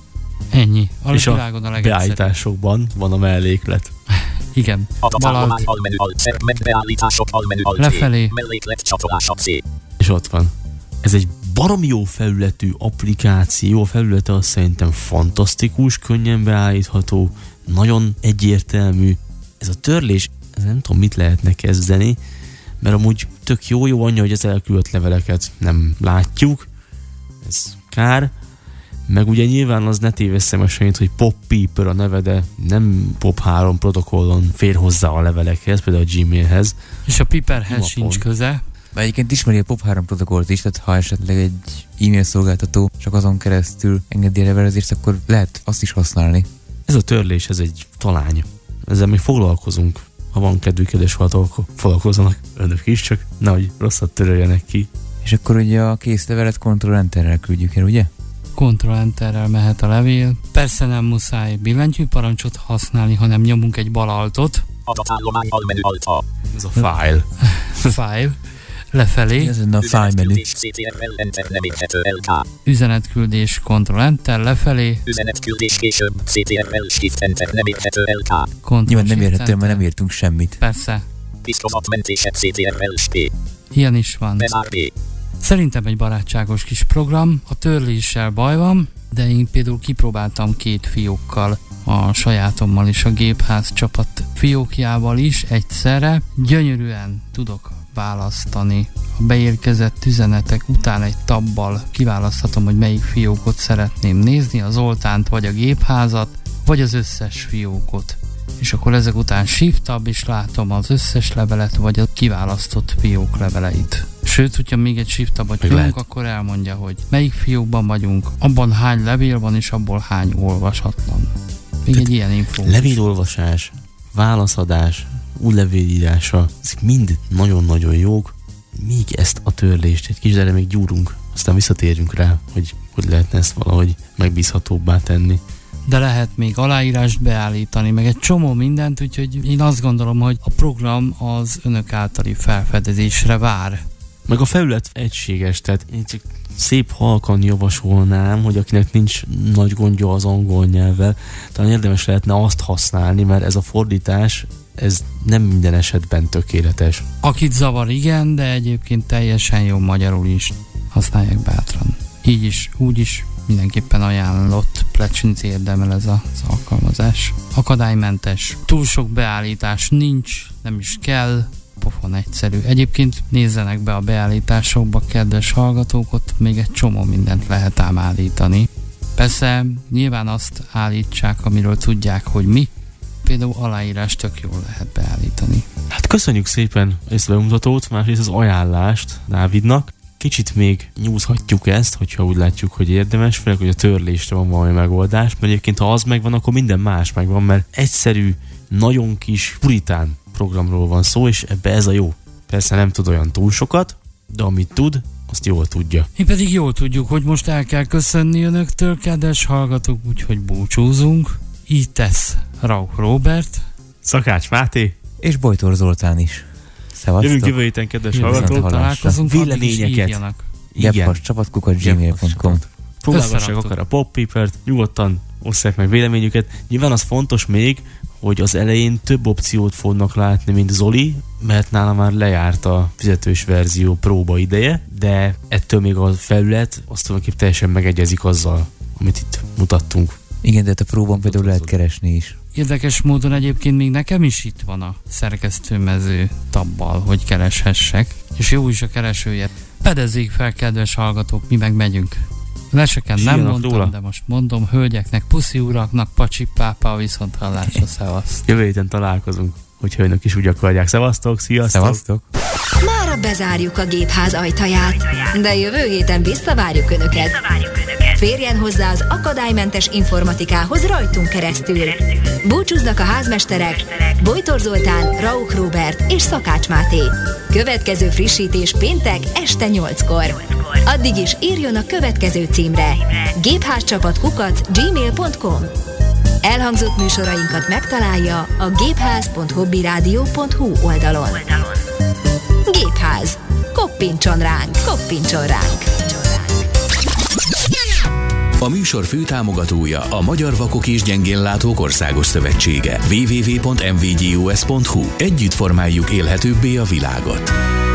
Ennyi. A és a, a beállításokban van a melléklet. Igen. Adatállomány almenü alt szerkment beállítások almenü alt lefelé. Melléklet csatolása C. És ott van. Ez egy baromi jó felületű applikáció, a felülete azt szerintem fantasztikus, könnyen beállítható, nagyon egyértelmű. Ez a törlés, ez nem tudom, mit lehetne kezdeni, mert amúgy tök jó, jó anyja, hogy az elküldött leveleket nem látjuk, ez kár, meg ugye nyilván az ne tévesszem esélyt, hogy Pop Peeper a neve, de nem Pop három protokollon fér hozzá a levelekhez, például a Gmailhez. És a Piperhez sincs köze. De egyébként ismeri a Pop három protokollt is, tehát ha esetleg egy e-mail szolgáltató csak azon keresztül engedi a levelezést, akkor lehet azt is használni. Ez a törlés, ez egy talány. Ezzel még foglalkozunk. Ha van kedvük, kedves hallgatók, foglalkozzanak önök is, csak nehogy rosszat töröljenek ki. És akkor ugye a kész levelet Ctrl-Enterrel küldjük el, ugye? Ctrl-Enterrel mehet a levél. Persze nem muszáj billentyűparancsot használni, hanem nyomunk egy balaltot. Adatállomány almenü alt A. Ez a file. File. Lefelé. Ez a file menü. Üzenetküldés Ctrl-Enter lefelé. Üzenetküldés később cé té er el Shift Enter nem érhető el ká. Nyilván nem érhető, mert nem értünk semmit. Persze. Pisztomatmentése cé té er el P. Ilyen is van. Szerintem egy barátságos kis program. A törléssel baj van, de én például kipróbáltam két fiókkal, a sajátommal és a Gépház csapat fiókjával is egyszerre. Gyönyörűen tudok választani. A beérkezett üzenetek után egy tabbal kiválaszthatom, hogy melyik fiókot szeretném nézni, a Zoltánt vagy a Gépházat, vagy az összes fiókot. És akkor ezek után Shift Tab, és látom az összes levelet, vagy a kiválasztott fiók leveleit. Sőt, hogyha még egy Shift Tabot nyomunk, akkor elmondja, hogy melyik fiókban vagyunk, abban hány levél van, és abból hány olvashatlan. Még Tehát egy ilyen infó. Levélolvasás, válaszadás, új levélírása, ezek mind nagyon-nagyon jók. Még ezt a törlést egy kis erre még gyúrunk, aztán visszatérünk rá, hogy hogy lehetne ezt valahogy megbízhatóbbá tenni. De lehet még aláírást beállítani, meg egy csomó mindent, úgyhogy én azt gondolom, hogy a program az önök általi felfedezésre vár. Meg a felület egységes, tehát én csak szép halkan javasolnám, hogy akinek nincs nagy gondja az angol nyelvvel, talán érdemes lehetne azt használni, mert ez a fordítás, ez nem minden esetben tökéletes. Akit zavar, igen, de egyébként teljesen jó magyarul is használják bátran. Így is, úgy is, mindenképpen ajánlott, plecsnit érdemel ez az alkalmazás. Akadálymentes, túl sok beállítás nincs, nem is kell, pofon egyszerű. Egyébként nézzenek be a beállításokba, kedves hallgatók, ott még egy csomó mindent lehet ám állítani. Persze nyilván azt állítsák, amiről tudják, hogy mi. Például aláírás tök jól lehet beállítani. Hát köszönjük szépen ezt a bemutatót, másrészt az ajánlást Dávidnak. kicsit még nyúzhatjuk ezt, hogyha úgy látjuk, hogy érdemes, főleg, hogy a törlésre van valami megoldás, mert egyébként ha az megvan, akkor minden más megvan, mert egyszerű, nagyon kis puritán programról van szó, és ebbe ez a jó. Persze nem tud olyan túl sokat, de amit tud, azt jól tudja. Mi pedig jól tudjuk, hogy most el kell köszönni önöktől, kedves hallgatók, úgyhogy búcsúzunk. Így tesz Rauch Róbert, Szakács Máté és Bojtor Zoltán is. Szevasztok. Jövünk jövő héten, kedves hallgatók. Találkozunk, véleményeket. Gebhardt csapatkukat gmail pont com. Próbálgassák akár a Pop-Pipert, nyugodtan osszák meg véleményüket. Nyilván az fontos még, hogy az elején több opciót fognak látni, mint Zoli, mert nála már lejárt a fizetős verzió próba ideje, de ettől még a felület azt tulajdonképpen teljesen megegyezik azzal, amit itt mutattunk. Igen, de a próbán például lehet keresni is. Érdekes módon egyébként még nekem is itt van a szerkesztőmező tabbal, hogy kereshessek, és jó is a keresője. Pedezzék fel, kedves hallgatók, mi meg megyünk. Verseken nem mondtam, róla. De most mondom, hölgyeknek, puszi uraknak, pacsi pápa, viszont hallásra, szevaszt. Jövő héten találkozunk, hogyha önök is úgy akarják. Szevasztok, sziasztok! Szevasztok! Mára bezárjuk a gépház ajtaját, de jövő héten visszavárjuk Önöket. Férjen hozzá az akadálymentes informatikához rajtunk keresztül. Búcsúznak a házmesterek, Bojtor Zoltán, Rauch Róbert és Szakács Máté. Következő frissítés péntek este nyolckor. Addig is írjon a következő címre: gépházcsapat kukac gmail pont com. Elhangzott műsorainkat megtalálja a gépház pont hobbyradio pont hu oldalon. Gépház. Koppintson ránk, koppintson ránk. A műsor főtámogatója a Magyar Vakok és Gyengénlátók Országos Szövetsége. double-u double-u double-u pont em vé gé o es pont hu. Együtt formáljuk élhetőbbé a világot.